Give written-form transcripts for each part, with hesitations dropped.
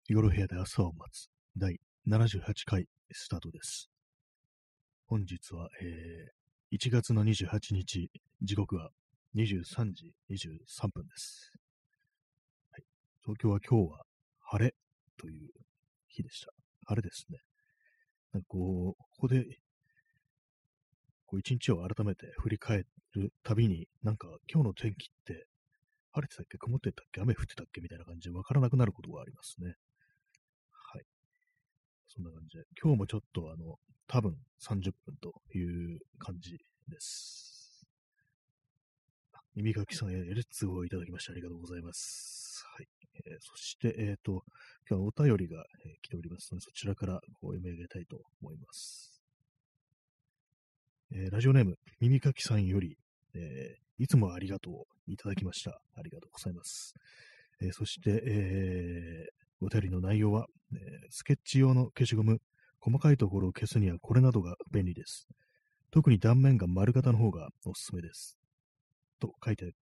夜部屋で朝を待つ第78回スタートです。本日は、1月の28日、時刻は23時23分です。はい、東京は今日は晴れという日でした。晴れですね。なんかここで一日を改めて振り返るたびに、なんか今日の天気って晴れてたっけ、曇ってたっけ、雨降ってたっけみたいな感じでわからなくなることがありますね。はい。そんな感じで、今日もちょっと多分30分という感じです。耳かきさんへレッツをいただきましてありがとうございます。はい。そして、今日はお便りが、来ておりますので、そちらから読み上げたいと思います。ラジオネーム、耳かきさんより、いつもありがとういただきました。ありがとうございます。そして、お便りの内容は、スケッチ用の消しゴム、細かいところを消すにはこれなどが便利です。特に断面が丸型の方がおすすめです。と書いてあって、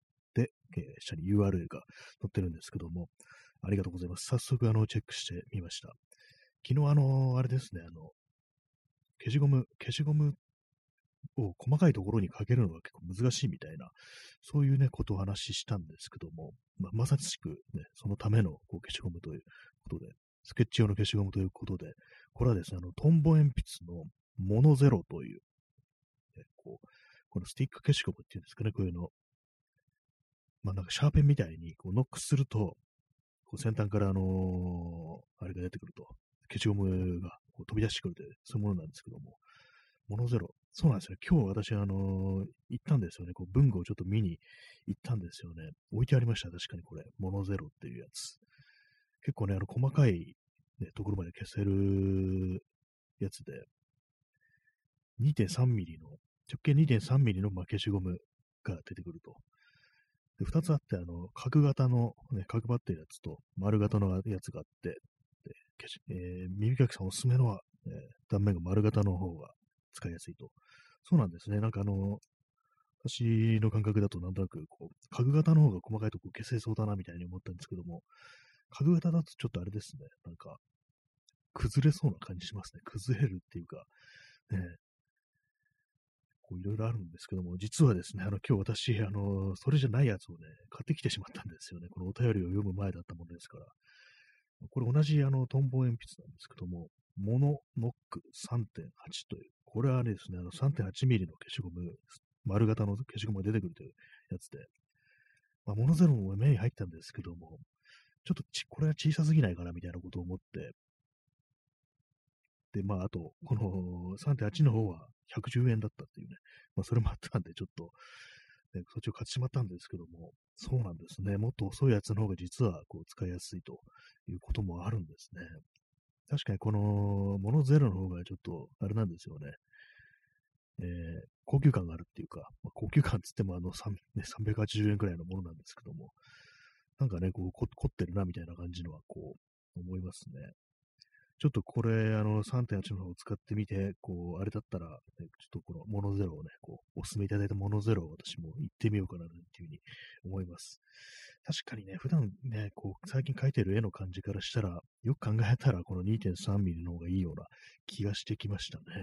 下に URL が載ってるんですけども、ありがとうございます。早速、チェックしてみました。昨日、あれですね、消しゴムを細かいところにかけるのが結構難しいみたいな、そういうね、ことをお話ししたんですけども、まさしくね、そのための消しゴムということで、スケッチ用の消しゴムということで、これはですね、トンボ鉛筆のモノゼロという、ね、このスティック消しゴムっていうんですかね、こういうの、なんかシャーペンみたいにノックすると、先端からあれが出てくると、消しゴムが飛び出してくるという、そういうものなんですけども、モノゼロ。そうなんですよ。今日私、行ったんですよね。文具をちょっと見に行ったんですよね。置いてありました。確かにこれ。モノゼロっていうやつ。結構ね、細かい、ね、ところまで消せるやつで、2.3ミリの、直径2.3ミリの消しゴムが出てくると。で、2つあって、角型の、ね、角張ってるやつと、丸型のやつがあって、で耳かきさんおすすめのは、断面が丸型の方が使いやすいと。そうなんですね。なんか私の感覚だとなんとなく、角型の方が細かいとこ消せそうだなみたいに思ったんですけども、角型だとちょっとあれですね。なんか、崩れそうな感じしますね。崩れるっていうか、ね、いろいろあるんですけども、実はですね、今日私、それじゃないやつをね、買ってきてしまったんですよね。このお便りを読む前だったものですから。これ同じトンボ鉛筆なんですけども、モノノック3.8という、これはですね、3.8ミリの消しゴム、丸型の消しゴムが出てくるというやつで、モノゼロも目に入ったんですけども、ちょっとこれは小さすぎないかなみたいなことを思って、で、あと、この3.8の方は110円だったっていうね、それもあったんで、ちょっと、ね、そっちを買ってしまったんですけども、そうなんですね。もっと遅いやつの方が実は使いやすいということもあるんですね。確かにこのモノゼロの方がちょっと、あれなんですよね。高級感があるっていうか、高級感つってもね、380円くらいのものなんですけども、なんかね、凝ってるなみたいな感じのは思いますね。ちょっとこれ、3.8の方を使ってみて、あれだったら、ね、ちょっとこのモノゼロをね、お勧めいただいたモノゼロを私も行ってみようかな、というふうに思います。確かにね、普段ね、最近描いてる絵の感じからしたら、よく考えたら、この2.3ミリの方がいいような気がしてきましたね。はい。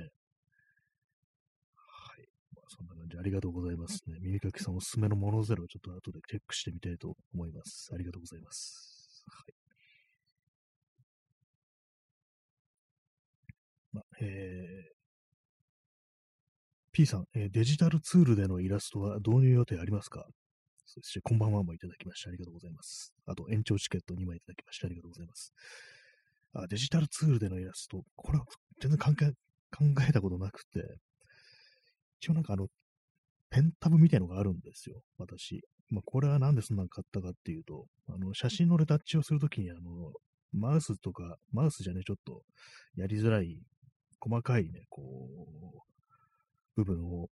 そんな感じでありがとうございますね。耳かきさんおすすめのモノゼロをちょっと後でチェックしてみたいと思います。ありがとうございます。はい。P さん、デジタルツールでのイラストは導入予定ありますか？そして、こんばんはもいただきまして、ありがとうございます。あと、延長チケット2枚いただきまして、ありがとうございます。デジタルツールでのイラスト、これは全然考えたことなくて、一応なんかペンタブみたいのがあるんですよ、私。これはなんでそんなの買ったかっていうと、写真のレタッチをするときに、マウスとか、マウスじゃね、ちょっとやりづらい、細かいね、部分を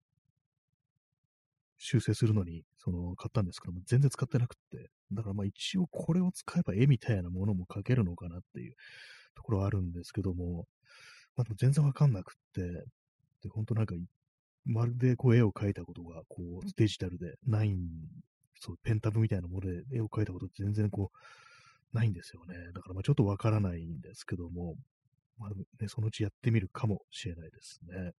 修正するのに、買ったんですけども、全然使ってなくって、だから一応これを使えば絵みたいなものも描けるのかなっていうところはあるんですけども、でも全然わかんなくって、で、ほんとなんか、まるで絵を描いたことが、デジタルでないそう、ペンタブみたいなもので絵を描いたことって全然ないんですよね。だからまあちょっとわからないんですけども、まあね、そのうちやってみるかもしれないですね。はい。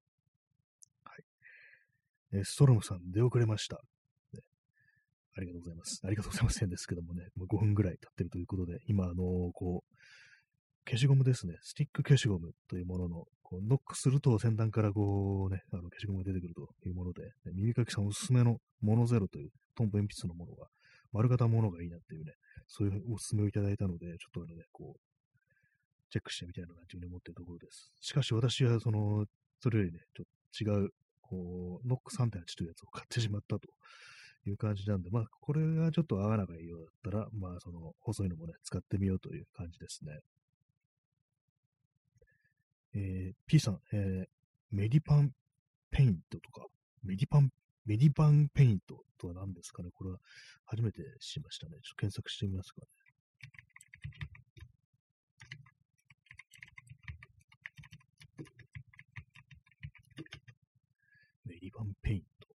ストロムさん、出遅れました。ね、ありがとうございます。ありがとうございませんですけどもね、もう5分ぐらい経ってるということで、今、こう、消しゴムですね。スティック消しゴムというものの、こうノックすると先端からこうね、消しゴムが出てくるというもので、ね、耳かきさんおすすめのモノゼロというトンボ鉛筆のものが、丸型ものがいいなっていうね、そういうおすすめをいただいたので、ちょっとね、こう、チェックしてみたいな感じに思っているところです。しかし私はそれよりね、ちょっと違う、こう、ノック3.8というやつを買ってしまったという感じなんで、まあ、これがちょっと合わないようだったら、まあ、細いのもね、使ってみようという感じですね。P さん、メディパンペイントとか、メディパンペイントとは何ですかね。これは初めて知りましたね。ちょっと検索してみますかね。メディパンペイント。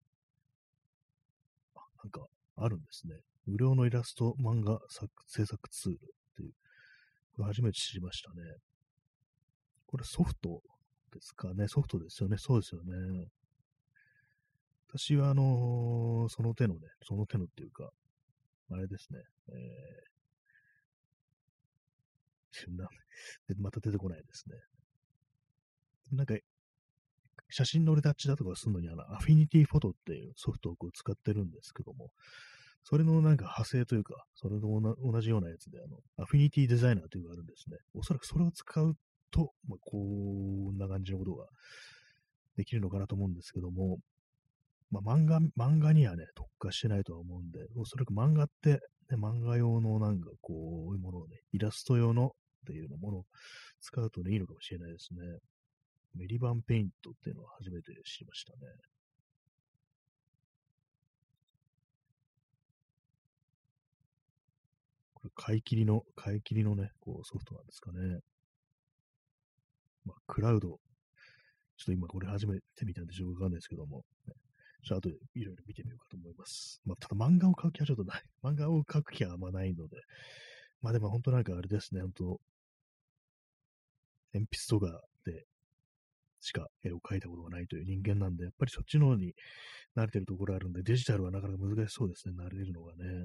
なんかあるんですね。無料のイラスト漫画制作ツールっていう、これ初めて知りましたね。これソフトですかね。ソフトですよね。そうですよね。私はその手のっていうか、あれですね。また出てこないですね。なんか、写真のレタッチだとかするのに、アフィニティフォトっていうソフトをこう使ってるんですけども、それのなんか派生というか、それと同じようなやつで、アフィニティデザイナーというのがあるんですね。おそらくそれを使うと、まあ、こんな感じのことができるのかなと思うんですけども、まあ、漫画にはね、特化してないとは思うんで、おそらく漫画って、ね、漫画用のなんかこういうものをね、イラスト用のっていうものを使うとね、いいのかもしれないですね。メリバンペイントっていうのは初めて知りましたね。これ買い切りのね、こうソフトなんですかね。まあ、クラウド、ちょっと今これ初めて見たんでちょっとわかんないですけども、ね、ちょっと後でいろいろ見てみようかと思います。まあ、ただ漫画を描く気はちょっとない。漫画を描く気はあんまないので、まあでも本当なんかあれですね、本当鉛筆とかでしか絵を描いたことがないという人間なんで、やっぱりそっちの方に慣れてるところあるんで、デジタルはなかなか難しそうですね、慣れるのがね。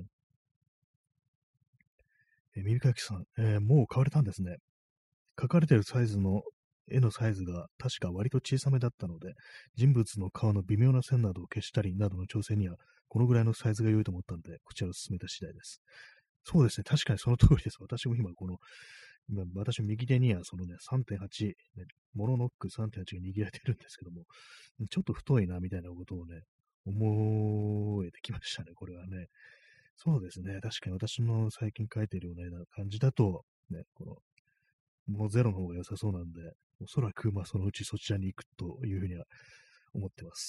耳かきさん、もう買われたんですね。書かれてるサイズの絵のサイズが確か割と小さめだったので、人物の顔の微妙な線などを消したりなどの調整には、このぐらいのサイズが良いと思ったので、こちらを進めた次第です。そうですね。確かにその通りです。私も今私右手にはそのね、3.8、ね、モノノック3.8が握られてるんですけども、ちょっと太いな、みたいなことをね、思えてきましたね、これはね。そうですね。確かに私の最近書いてるような感じだと、ね、もうゼロの方が良さそうなんで、おそらく、まあ、そのうちそちらに行くというふうには思ってます。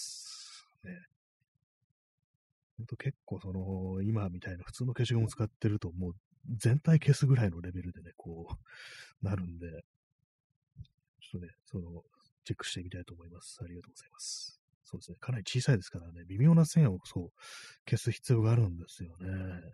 ね。ほんと結構、今みたいな普通の消しゴムを使ってると、もう全体消すぐらいのレベルでね、こう、なるんで、ちょっとね、チェックしてみたいと思います。ありがとうございます。そうですね。かなり小さいですからね、微妙な線を消す必要があるんですよね。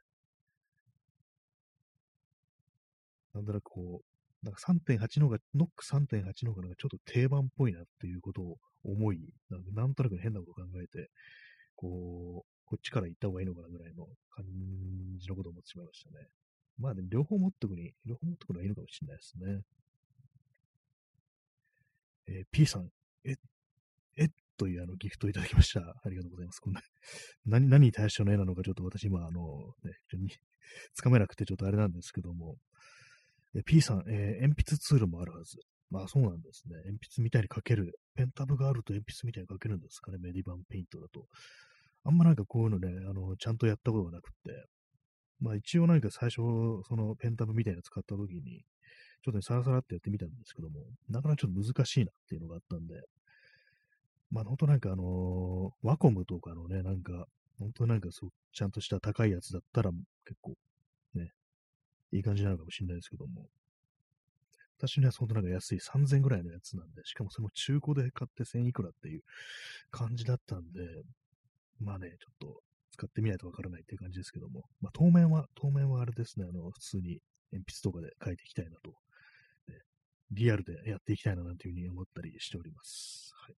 なんとなくなんか3.8の方が、ノック3.8の方がなんかちょっと定番っぽいなっていうことを思い、なんとなく変なことを考えて、こっちから行った方がいいのかなぐらいの感じのことを思ってしまいましたね。まあでも両方持っとくのはいいのかもしれないですね。P さん、え、えというギフトをいただきました。ありがとうございます。こんな、何に対しての絵なのかちょっと私今、ちょっとつかめなくてちょっとあれなんですけども、P さん、鉛筆ツールもあるはず。まあそうなんですね。鉛筆みたいに書ける。ペンタブがあると鉛筆みたいに書けるんですかね。メディバンペイントだと。あんまなんかこういうのね、ちゃんとやったことがなくって。まあ一応なんか最初、そのペンタブみたいなの使った時に、ちょっとね、サラサラってやってみたんですけども、なかなかちょっと難しいなっていうのがあったんで、まあ本当なんかワコムとかのね、なんか、本当なんかちゃんとした高いやつだったら結構ね、いい感じなのかもしれないですけども、私にはそんななんか安い3000ぐらいのやつなんで、しかもそれも中古で買って1000いくらっていう感じだったんで、まあね、ちょっと使ってみないとわからないっていう感じですけども、まあ、当面はあれですね、普通に鉛筆とかで書いていきたいなと、ねリアルでやっていきたいななんていうふうに思ったりしております。はい。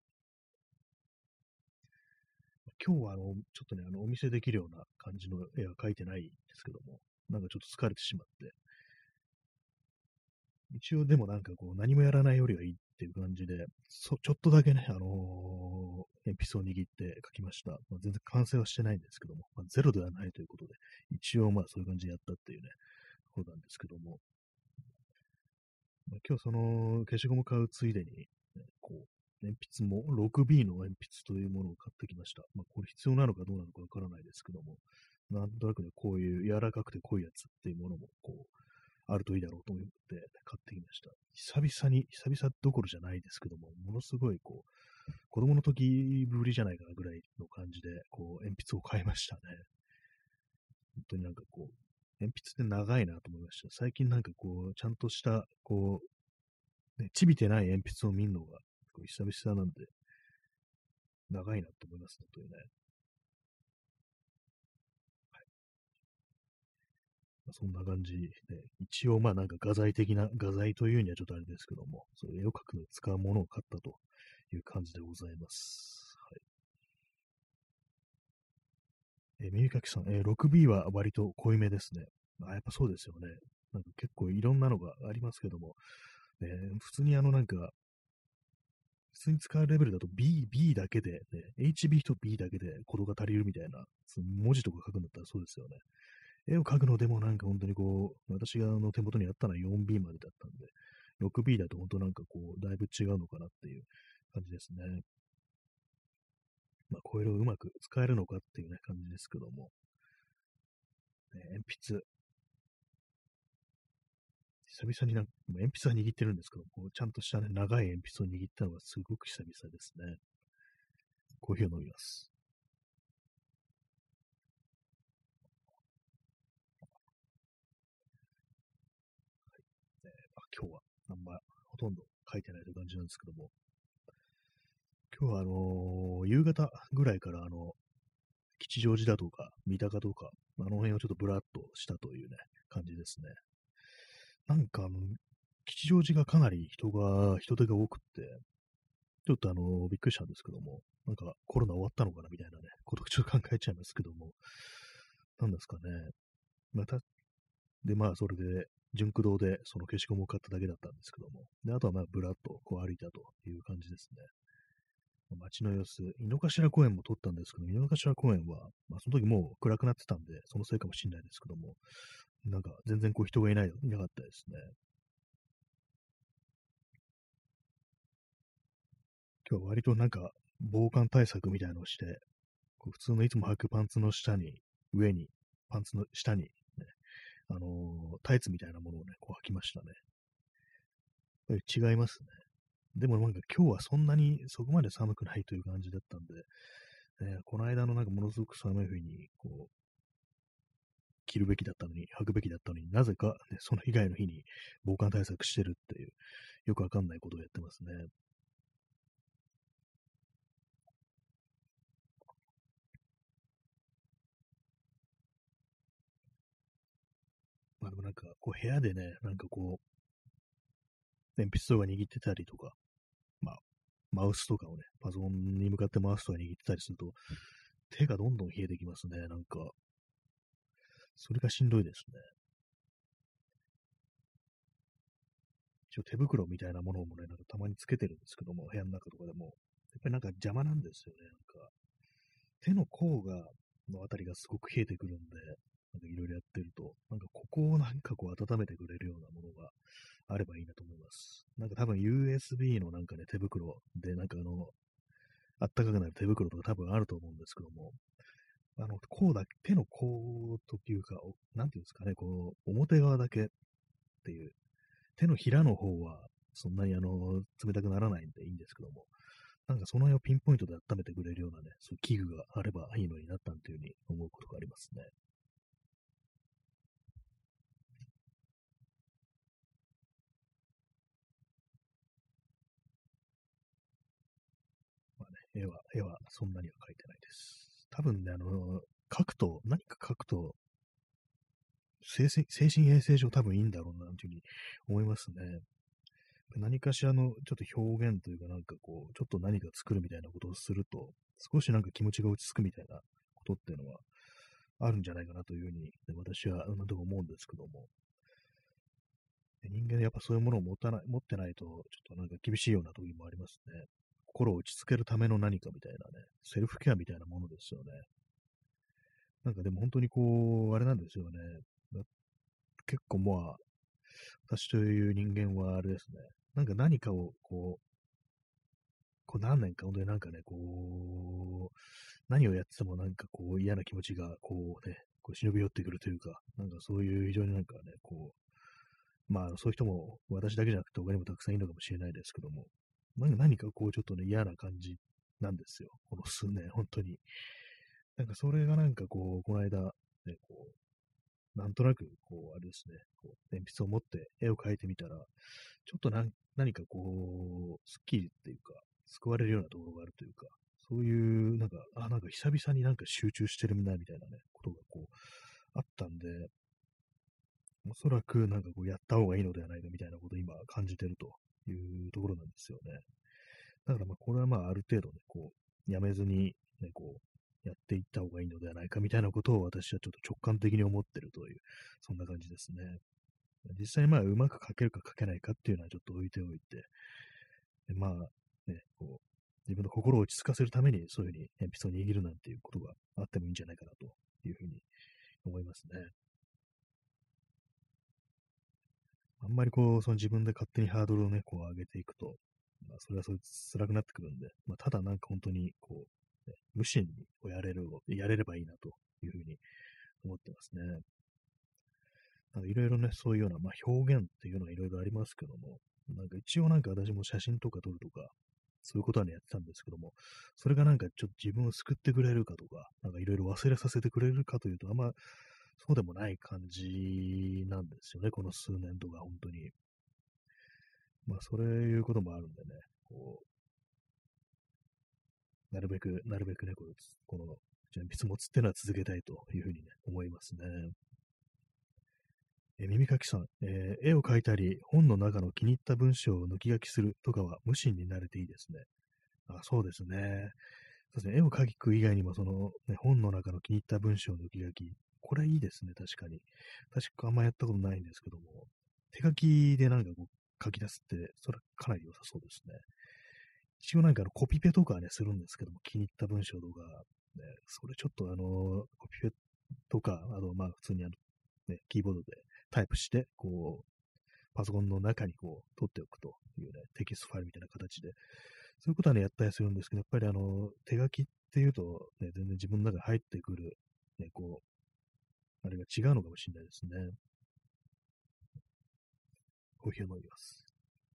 今日はちょっとね、お見せできるような感じの絵は描いてないんですけども、なんかちょっと疲れてしまって、一応でもなんかこう、何もやらないよりはいいっていう感じで、ちょっとだけね、鉛筆を握って描きました。まあ、全然完成はしてないんですけども、まあ、ゼロではないということで、一応まあそういう感じでやったっていうね、ことなんですけども、まあ、今日その消しゴム買うついでに、ね、こう、鉛筆も 6B の鉛筆というものを買ってきました。まあ、これ必要なのかどうなのかわからないですけども、なんとなくね、こういう柔らかくて濃いやつっていうものも、こう、あるといいだろうと思って買ってきました。久々どころじゃないですけども、ものすごいこう、子供の時ぶりじゃないかなぐらいの感じで、こう、鉛筆を買いましたね。本当になんかこう、鉛筆って長いなと思いました。最近なんかこう、ちゃんとした、こう、ね、ちびてない鉛筆を見るのが、こう久々なんで、長いなと思いますね、というね。まあ、そんな感じで、一応まあなんか画材というにはちょっとあれですけども、そういう絵を描くのに使うものを買ったという感じでございます。はい。耳かきさん、6B は割と濃いめですね。やっぱそうですよね。なんか結構いろんなのがありますけども、ね、普通になんか、普通に使うレベルだと B だけで、ね、HB と B だけでコドが足りるみたいな、その文字とか書くんだったらそうですよね。絵を描くのでもなんか本当にこう、私が手元にあったのは 4B までだったんで、6B だと本当なんかこう、だいぶ違うのかなっていう感じですね。まあ、こういうのをうまく使えるのかっていうね、感じですけども、鉛筆、久々に鉛筆は握ってるんですけど、こうちゃんとしたね、長い鉛筆を握ったのがすごく久々ですね。コーヒーを飲みます。今日はあんまほとんど書いてないという感じなんですけども、今日は夕方ぐらいから吉祥寺だとか、三鷹とか、あの辺をちょっとブラッとしたというね、感じですね。なんか吉祥寺がかなり人手が多くって、ちょっとびっくりしたんですけども、なんかコロナ終わったのかなみたいなね、ことをちょっと考えちゃいますけども、なんですかね。また、で、まあ、それで、純駆堂でその消しゴムを買っただけだったんですけども、で、あとはまあ、ブラッとこう歩いたという感じですね。街の様子、井の頭公園も撮ったんですけど、井の頭公園は、まあ、その時もう暗くなってたんで、そのせいかもしれないですけども、なんか全然こう人がいなかったですね。今日は割となんか防寒対策みたいなのをして、こう普通のいつも履くパンツの下に、上に、パンツの下に、ね、タイツみたいなものをね、こう履きましたね。やっぱり違いますね。でもなんか今日はそんなにそこまで寒くないという感じだったんで、この間のなんかものすごく寒い冬に、こう、着るべきだったのに、履くべきだったのになぜか、ね、その以外の日に防寒対策してるっていう、よくわかんないことをやってますね。まあでもなんか、こう部屋でね、なんかこう、鉛筆とか握ってたりとか、まあ、マウスとかをね、パソコンに向かってマウスとか握ってたりすると、手がどんどん冷えてきますね。なんか、それがしんどいですね。一応手袋みたいなものもね、なんかたまにつけてるんですけども、部屋の中とかでも、やっぱりなんか邪魔なんですよね。なんか、手の甲のあたりがすごく冷えてくるんで、なんかいろいろやってると、なんかここをなんかこう温めてくれるようなものがあればいいなと思います。なんか多分 USB のなんかね、手袋で、なんかあったかくなる手袋とか多分あると思うんですけども、手の甲というか、なんていうんですかね、こう、表側だけっていう、手のひらの方は、そんなに冷たくならないんでいいんですけども、なんかその辺をピンポイントで温めてくれるようなね、そういう器具があればいいのになったんていうふうに思うことがありますね。まあね、絵はそんなには描いてないです。多分ね、 書くと、何か書くと、精神衛生上多分いいんだろうな、というふうに思いますね。何かしらのちょっと表現というか、なんかこう、ちょっと何か作るみたいなことをすると、少しなんか気持ちが落ち着くみたいなことっていうのはあるんじゃないかなというふうに、ね、私はなんとか思うんですけども、人間やっぱそういうものを持ってないと、ちょっとなんか厳しいような時もありますね。心を落ち着けるための何かみたいなね、セルフケアみたいなものですよね。なんかでも本当にこう、あれなんですよね。結構まあ、私という人間はあれですね。なんか何かをこう何年か本当になんかね、何をやっててもなんかこう嫌な気持ちが忍び寄ってくるというか、なんかそういう非常になんかね、まあそういう人も私だけじゃなくて他にもたくさんいるのかもしれないですけども、何かこうちょっとね、嫌な感じなんですよ。この数年、本当に。なんかそれがなんかこの間、ね、なんとなく、あれですね、鉛筆を持って絵を描いてみたら、ちょっと何かスッキリっていうか、救われるようなところがあるというか、そういう、なんか久々になんか集中してるな、みたいなね、ことがあったんで、おそらくなんかやった方がいいのではないかみたいなことを今感じてるというところなんですよね。だからまあ、これはまあ、ある程度ね、やめずに、ね、やっていった方がいいのではないかみたいなことを私はちょっと直感的に思ってるという、そんな感じですね。実際まあ、うまく書けるか書けないかっていうのはちょっと置いておいて、でまあ、ね、自分の心を落ち着かせるためにそういうふうに鉛筆を握るなんていうことがあってもいいんじゃないかなというふうに思いますね。あんまりその自分で勝手にハードルをね、上げていくと、まあ、それはそれで辛くなってくるんで、まあ、ただなんか本当に、ね、無心にやれればいいなというふうに思ってますね。なんかいろいろね、そういうような、まあ、表現っていうのはいろいろありますけども、なんか一応なんか私も写真とか撮るとか、そういうことはね、やってたんですけども、それがなんかちょっと自分を救ってくれるかとか、なんかいろいろ忘れさせてくれるかというと、あんまそうでもない感じなんですよね、この数年とか、本当に。まあ、そういうこともあるんでね、なるべくね、この、鉛筆持つっていうのは続けたいというふうにね、思いますね。耳かきさん、絵を描いたり、本の中の気に入った文章を抜き書きするとかは無心になれていいですね。あ、そうですね。そうですね。絵を描く以外にも、ね、本の中の気に入った文章を抜き書き。これいいですね、確かに。確かあんまやったことないんですけども、手書きでなんか書き出すって、それかなり良さそうですね。一応なんかコピペとかね、するんですけども、気に入った文章とか、ね、それちょっとコピペとか、あとまあ普通にね、キーボードでタイプして、パソコンの中に取っておくというね、テキストファイルみたいな形で、そういうことはね、やったりするんですけど、やっぱり手書きっていうと、ね、全然自分の中に入ってくる、ね、あれが違うのかもしれないですね。コーヒーを飲みます。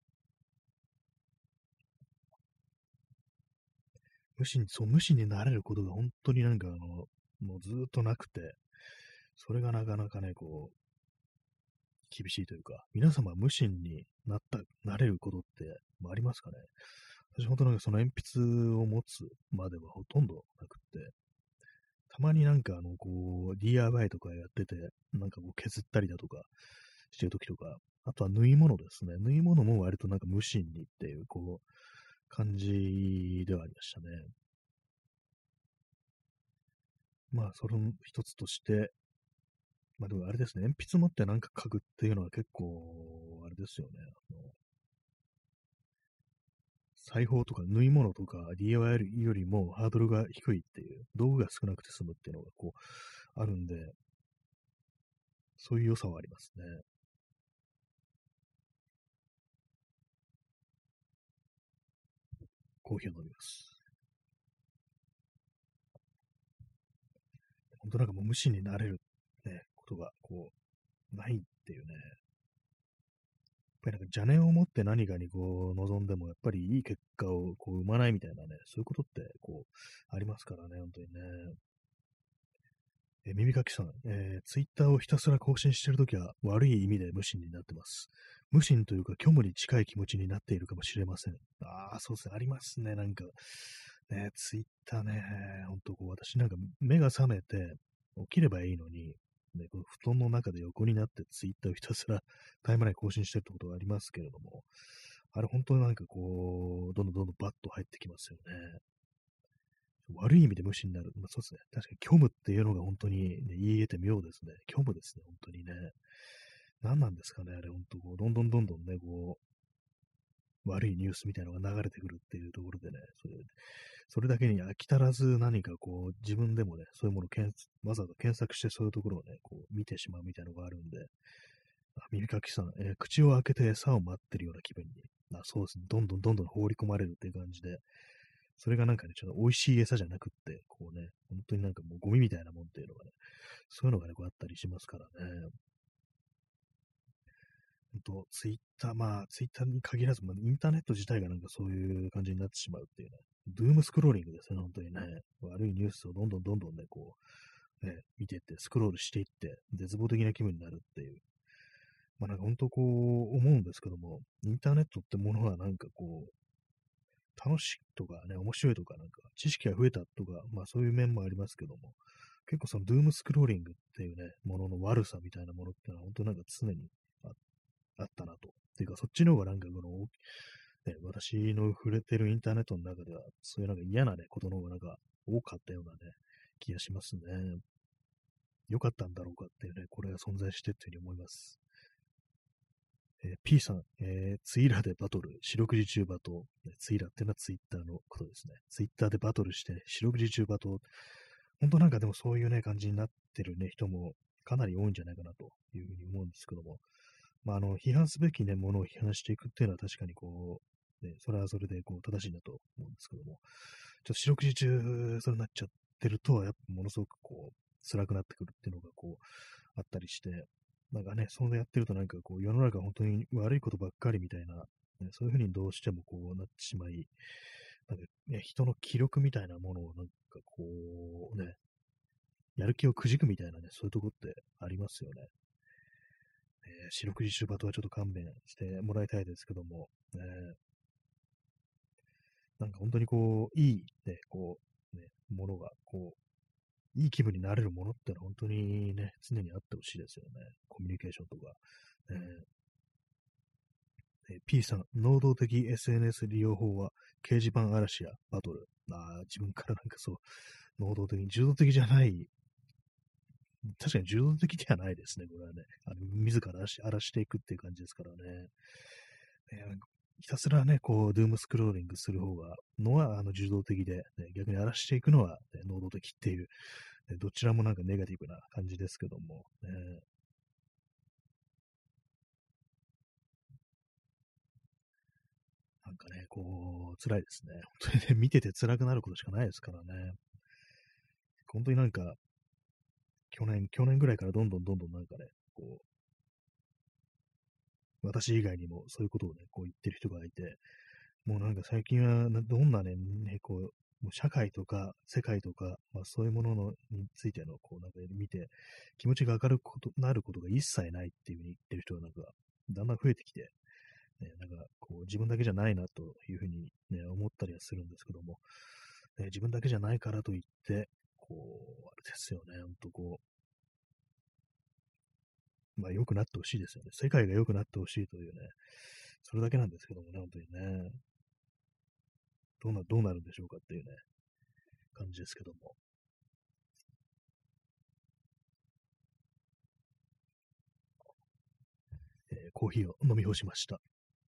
無心になれることが本当になんかもうずーっとなくて、それがなかなかね、厳しいというか、皆様無心になれることってありますかね。私本当なんかその鉛筆を持つまではほとんどなくって、たまになんかDIY とかやってて、なんか削ったりだとかしてるときとか、あとは縫い物ですね。縫い物も割となんか無心にっていう、感じではありましたね。まあ、その一つとして、まあでもあれですね、鉛筆持ってなんか書くっていうのは結構、あれですよね。裁縫とか縫い物とか DIY よりもハードルが低いっていう、道具が少なくて済むっていうのがあるんで、そういう良さはありますね。コーヒーを飲みます。本当なんかもう無心になれる、ね、ことがないっていうね。やっぱりなんか邪念を持って何かに望んでも、やっぱりいい結果を生まないみたいなね、そういうことってありますからね、本当にね。耳かきさん、ツイッターをひたすら更新しているときは悪い意味で無心になってます。無心というか虚無に近い気持ちになっているかもしれません。ああ、そうですね、ありますね、なんか。 ね、ツイッターね、ほんとこう、私なんか目が覚めて起きればいいのに、ね、この布団の中で横になってツイッターをひたすらタイムライン更新してるってことがありますけれども、あれ本当になんかこう、どんどんどんどんバッと入ってきますよね。悪い意味で無視になる。まあ、そうですね。確かに虚無っていうのが本当に、ね、言い得て妙ですね。虚無ですね、本当にね。何なんですかね、あれ本当こう、どんどんどんどんね、こう、悪いニュースみたいなのが流れてくるっていうところでね、それだけに飽き足らず何かこう、自分でもね、そういうものをわざわざ検索してそういうところをね、こう、見てしまうみたいなのがあるんで、耳かきさん、口を開けて餌を待ってるような気分に、そうですね、どんどんどんどん放り込まれるっていう感じで、それがなんかね、ちょっと美味しい餌じゃなくって、こうね、本当になんかもうゴミみたいなもんっていうのがね、そういうのがね、こうあったりしますからね。ツイッター、ツイッターに限らず、インターネット自体がなんかそういう感じになってしまうっていうね、ドゥームスクローリングですね、本当にね。悪いニュースをどんどんどんどんね、こう、ね、見ていって、スクロールしていって、絶望的な気分になるっていう。なんか本当こう思うんですけども、インターネットってものはなんかこう、楽しいとかね、面白いとか、なんか知識が増えたとか、そういう面もありますけども、結構そのドゥームスクローリングっていうね、ものの悪さみたいなものっていうのは本当なんか常にああったなと。っていうか、そっちの方がなんかこの、ね、私の触れてるインターネットの中では、そういうなんか嫌なね、ことの方がなんか多かったようなね、気がしますね。良かったんだろうかっていうね、これが存在してっていうふうに思います。P さん、ツイラでバトル、四六時中罵倒。ツイラっていうのはツイッターのことですね。ツイッターでバトルして、四六時中罵倒。本当なんかでもそういうね、感じになってるね、人もかなり多いんじゃないかなというふうに思うんですけども、批判すべきね、ものを批判していくっていうのは確かにこう、ね、それはそれでこう正しいなと思うんですけども、ちょっと四六時中それになっちゃってると、やっぱものすごくこう、辛くなってくるっていうのがこう、あったりして、なんかね、そうやってるとなんかこう、世の中本当に悪いことばっかりみたいな、ね、そういうふうにどうしてもこうなってしまい、なんかね、人の気力みたいなものをなんかこう、ね、やる気をくじくみたいなね、そういうとこってありますよね。四六時中罵倒はちょっと勘弁してもらいたいですけども、なんか本当にこう、いい、ね、こう、ね、ものが、こう、いい気分になれるものってのは本当にね、常にあってほしいですよね。コミュニケーションとか。P さん、能動的 SNS 利用法は、掲示板嵐やバトル。自分からなんかそう、能動的に、受動的じゃない、確かに受動的ではないですね、これはね。自ら荒らしていくっていう感じですからね。ひたすらね、こう、ドゥームスクローリングする方が、受動的で、ね、逆に荒らしていくのは、ね、能動的っていう、ね、どちらもなんかネガティブな感じですけども、なんかね、こう、辛いですね。本当にね、見てて辛くなることしかないですからね。本当になんか、去年ぐらいからどんどんどんどんなんかね、こ私以外にもそういうことをね、こう言ってる人がいて、もうなんか最近はどんなね、こう、もう社会とか世界とか、そういうもののについての、こうなんか見て、気持ちが上がること、なることが一切ないっていうふうに言ってる人がなんか、だんだん増えてきて、なんかこう自分だけじゃないなというふうにね、思ったりはするんですけども、自分だけじゃないからといって、こう、あれですよね、ほんとこう、良くなってほしいですよね。世界が良くなってほしいというね、それだけなんですけどもね、本当にね、どうなるんでしょうかっていうね、感じですけども。コーヒーを飲み干しました。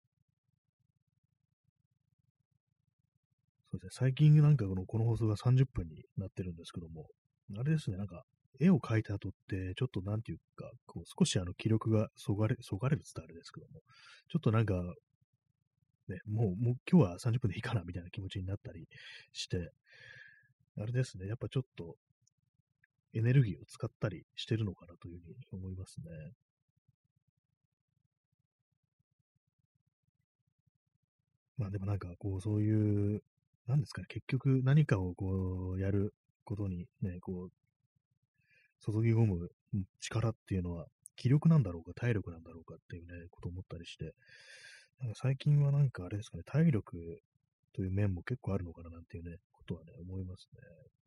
そうですね、最近なんかこの放送が30分になってるんですけども、あれですね、なんか、絵を描いた後って、ちょっとなんていうか、こう少し気力がそがれるって言ったらあれですけども、ちょっとなんか、ね、もう今日は30分でいいかなみたいな気持ちになったりして、あれですね、やっぱちょっとエネルギーを使ったりしてるのかなというふうに思いますね。でもなんかこう、そういう、なんですかね、結局何かをこう、やることにね、こう、注ぎ込む力っていうのは、気力なんだろうか、体力なんだろうかっていうね、ことを思ったりして、なんか最近はなんかあれですかね、体力という面も結構あるのかななんていうね、ことはね、思いますね。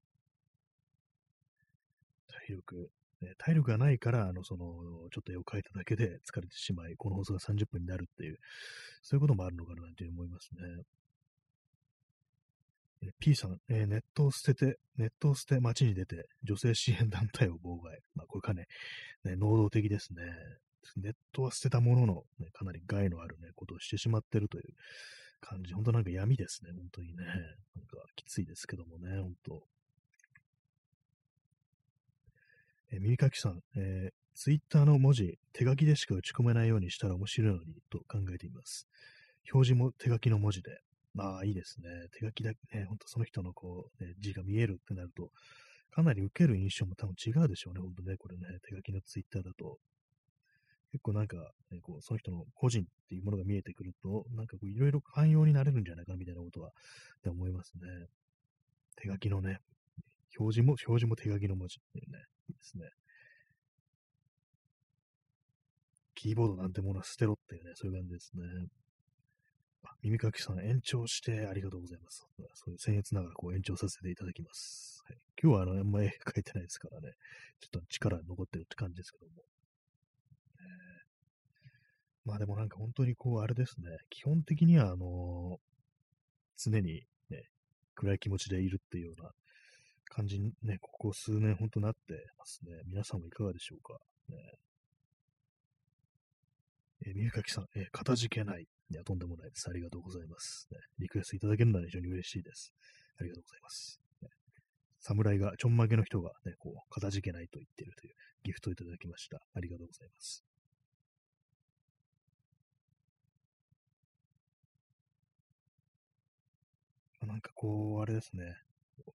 体力がないから、ちょっと絵を描いただけで疲れてしまい、この放送が30分になるっていう、そういうこともあるのかなという思いますね。P さん、ネットを捨て街に出て、女性支援団体を妨害。まあ、これかね、能動的ですね。ネットは捨てたものの、ね、かなり害のあるね、ことをしてしまっているという感じ。本当なんか闇ですね、本当にね。なんかきついですけどもね、本当。耳かきさん、ツイッターの文字、手書きでしか打ち込めないようにしたら面白いのに、と考えています。表示も手書きの文字で。まあ、いいですね。手書きだけね、ほんとその人の字が見えるってなると、かなり受ける印象も多分違うでしょうね、ほんとね、これね、手書きのツイッターだと。結構なんか、ね、その人の個人っていうものが見えてくると、なんかいろいろ寛容になれるんじゃないかなみたいなことは、って思いますね。手書きのね、表示も手書きの文字っていうね、いいですね。キーボードなんてものは捨てろっていうね、そういう感じですね。耳かきさん、延長してありがとうございます。そういう僭越ながら延長させていただきます。はい、今日はあんまり描いてないですからね、ちょっと力が残ってるって感じですけども。まあでもなんか本当にあれですね、基本的には常にね、暗い気持ちでいるっていうような感じにね、ここ数年本当なってますね。皆さんはいかがでしょうか。ね、耳かきさん、かたじけない。いや、とんでもないです。ありがとうございます。ね、リクエストいただけるのは非常に嬉しいです。ありがとうございます。ね、侍が、ちょんまげの人がね、かたじけないと言っているというギフトをいただきました。ありがとうございます。なんかあれですね。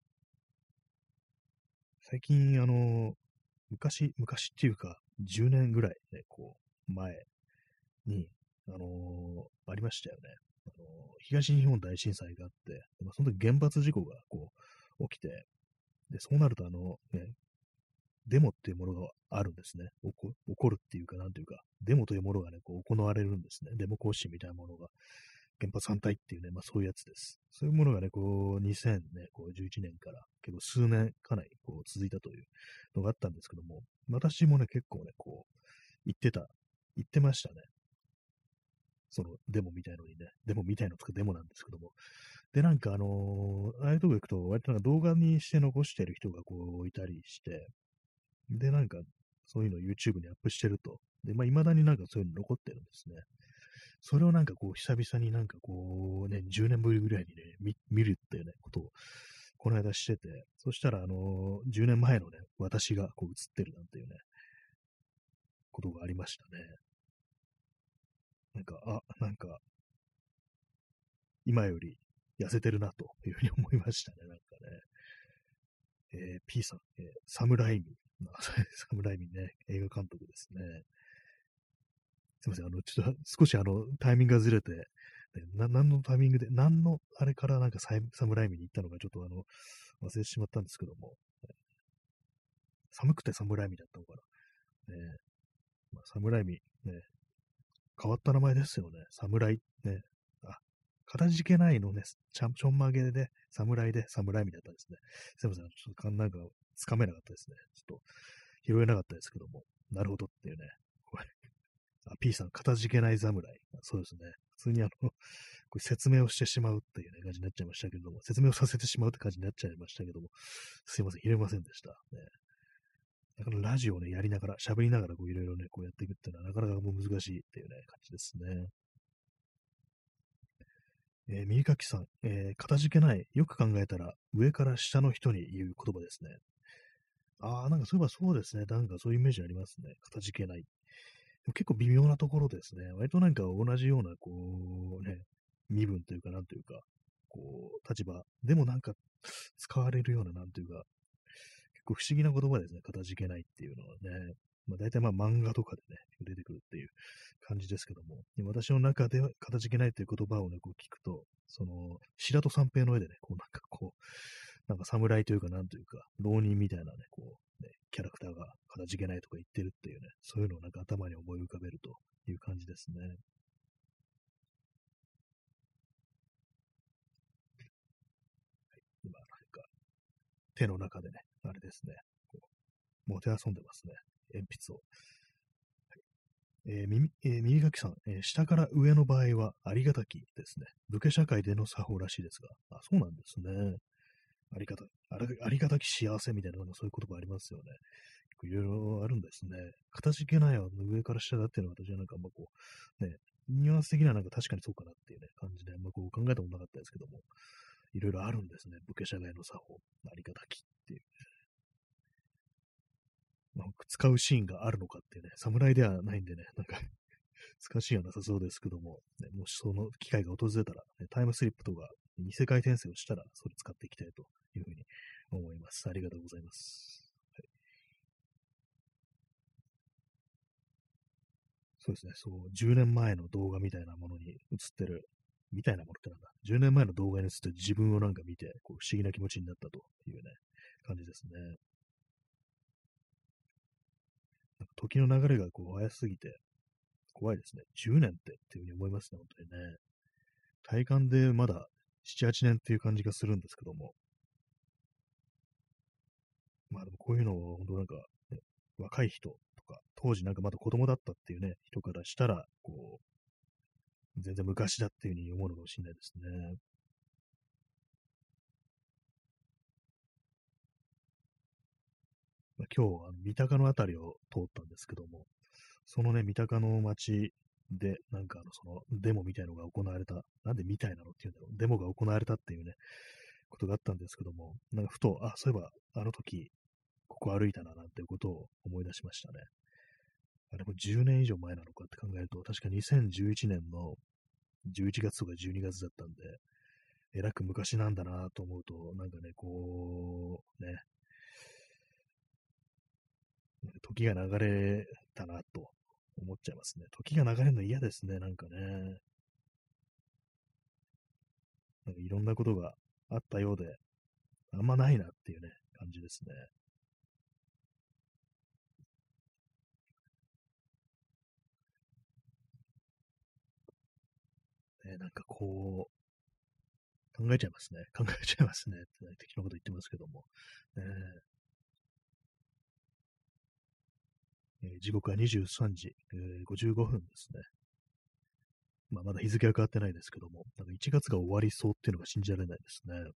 最近、昔っていうか、10年ぐらいね、前に、ありましたよね。東日本大震災があって、その時原発事故が起きて、で、そうなるとデモっていうものがあるんですね。起こるっていうか、なんていうか、デモというものがね、行われるんですね。デモ行進みたいなものが。原発反対っていうね、まあそういうやつです。そういうものがね、2011年から結構数年かなり続いたというのがあったんですけども、私もね、結構ね、言ってましたね。そのデモみたいのにね、デモみたいのとかデモなんですけども。で、なんかああいうとこ行くと、割となんか動画にして残してる人がいたりして、で、なんかそういうのを YouTube にアップしてると。で、まあ未だになんかそういうの残ってるんですね。それをなんか久々になんか10年ぶりぐらいにね、見るっていうね、ことを、この間してて、そしたら10年前のね、私が映ってるなんていうね、ことがありましたね。なんか、今より痩せてるなというふうに思いましたね、なんかね。P さん、サムライミ。サムライミね、映画監督ですね。すみません、ちょっと少しタイミングがずれて、何のタイミングで、何のあれからなんかサムライミに行ったのかちょっと忘れてしまったんですけども、寒くてサムライミだったのかな。まあ、サムライミ、ね、変わった名前ですよね。侍、ね。あ、かたじけないのね、ちょんまげで、侍で、侍みだったんですね。すいません、ちょっとなんか、つかめなかったですね。ちょっと、拾えなかったですけども。なるほどっていうね。これP さん、かたじけない侍。そうですね。普通にこれ説明をしてしまうっていうね、感じになっちゃいましたけども、説明をさせてしまうって感じになっちゃいましたけども、すいません、拾えませんでした。ね、だからラジオをね、やりながら、喋りながらいろいろね、やっていくっていうのはなかなかもう難しいっていうね、感じですね。右かきさん、かたじけない。よく考えたら、上から下の人に言う言葉ですね。ああ、なんかそういえばそうですね。なんかそういうイメージありますね。かたじけない。でも結構微妙なところですね。割となんか同じような、身分というか、なんというか、立場でもなんか使われるような、なんというか、結構不思議な言葉ですね。かたじけないっていうのはね。まあ大体まあ漫画とかでね、出てくるっていう感じですけども、私の中ではかたじけないという言葉をね、聞くと、白戸三平の絵でね、なんか侍というか、なんというか、浪人みたいなね、キャラクターがかたじけないとか言ってるっていうね、そういうのをなんか頭に思い浮かべるという感じですね。今、 手の中でね、あれですね、こうもてあそんでますね。鉛筆を。耳かきさん、下から上の場合はありがたきですね。武家社会での作法らしいですが。あ、そうなんですね。ありがたき幸せみたいな、そういう言葉ありますよね。いろいろあるんですね。かたじけないは上から下だっていうのは私はなんかあんまこう、ね、ニュアンス的にはなんか確かにそうかなっていうね、感じで、あんまこう考えたことなかったですけども、いろいろあるんですね。武家社会の作法。ありがたきっていう。まあ、使うシーンがあるのかっていうね、侍ではないんでね、なんか使うシーンはなさそうですけども、ね、もしその機会が訪れたら、ね、タイムスリップとか、異世界転生をしたら、それ使っていきたいというふうに思います。ありがとうございます。はい、そうですね、そう、10年前の動画みたいなものに映ってる、みたいなものってなんだ、10年前の動画に映ってる自分をなんか見て、こう不思議な気持ちになったというね、感じですね。なんか時の流れがこう早すぎて、怖いですね。10年っていうふうに思いますね、本当にね。体感でまだ7、8年っていう感じがするんですけども、まあでもこういうのを本当なんか、ね、若い人とか、当時なんかまだ子供だったっていうね、人からしたら、こう、全然昔だっていうふうに思うのかもしれないですね。まあ、今日、三鷹のあたりを通ったんですけども、そのね、三鷹の街で、なんかそのデモみたいのが行われた、なんでみたいなのっていうんだろう、デモが行われたっていうね、ことがあったんですけども、なんかふと、あ、そういえば、あの時、ここ歩いたな、なんていうことを思い出しましたね。あれも10年以上前なのかって考えると、確か2011年の11月とか12月だったんで、えらく昔なんだなと思うと、なんかね、こう、ね、時が流れたなと思っちゃいますね。時が流れるの嫌ですね、なんかね。なんかいろんなことがあったようで、あんまないなっていうね、感じですね。なんかこう、考えちゃいますね。考えちゃいますね。ってね適当なこと言ってますけども。ね時刻は23時、55分ですね。まあ、まだ日付は変わってないですけども、なんか1月が終わりそうっていうのが信じられないですね。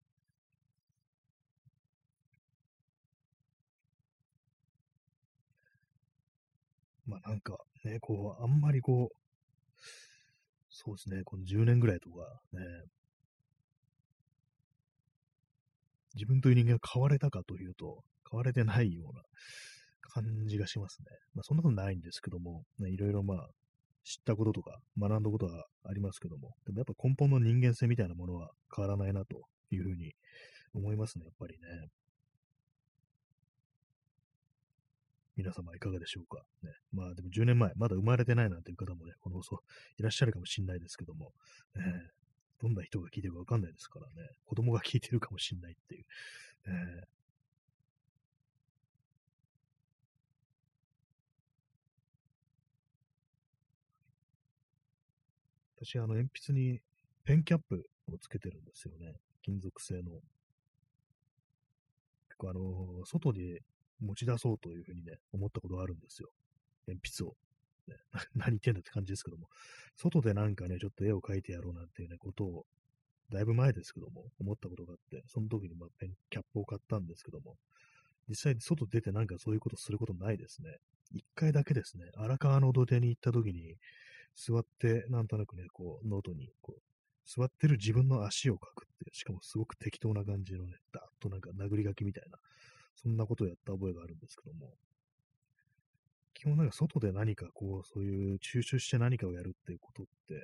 まあなんかね、こう、あんまりこう、そうですね、この10年ぐらいとかね、自分という人間が変われたかというと、変われてないような感じがしますね。まあそんなことないんですけども、ね、いろいろまあ、知ったこととか学んだことはありますけども、でもやっぱ根本の人間性みたいなものは変わらないなというふうに思いますね、やっぱりね。皆様いかがでしょうか。ね、まあでも10年前、まだ生まれてないなんていう方もね、この放送いらっしゃるかもしれないですけども、ね、どんな人が聞いてるかわかんないですからね、子供が聞いてるかもしれないっていう。私、鉛筆にペンキャップをつけてるんですよね。金属製の。結構外で持ち出そうというふうにね、思ったことがあるんですよ。鉛筆を。ね、何言ってんだって感じですけども。外でなんかね、ちょっと絵を描いてやろうなんていうね、ことを、だいぶ前ですけども、思ったことがあって、その時にまあペンキャップを買ったんですけども、実際に外出てなんかそういうことすることないですね。一回だけですね、荒川の土手に行った時に、座って、なんとなくね、こう、ノートに、こう、座ってる自分の足を描くっていう、しかもすごく適当な感じのね、ダーッとなんか殴り書きみたいな、そんなことをやった覚えがあるんですけども、基本なんか外で何かこう、そういう抽出して何かをやるっていうことって、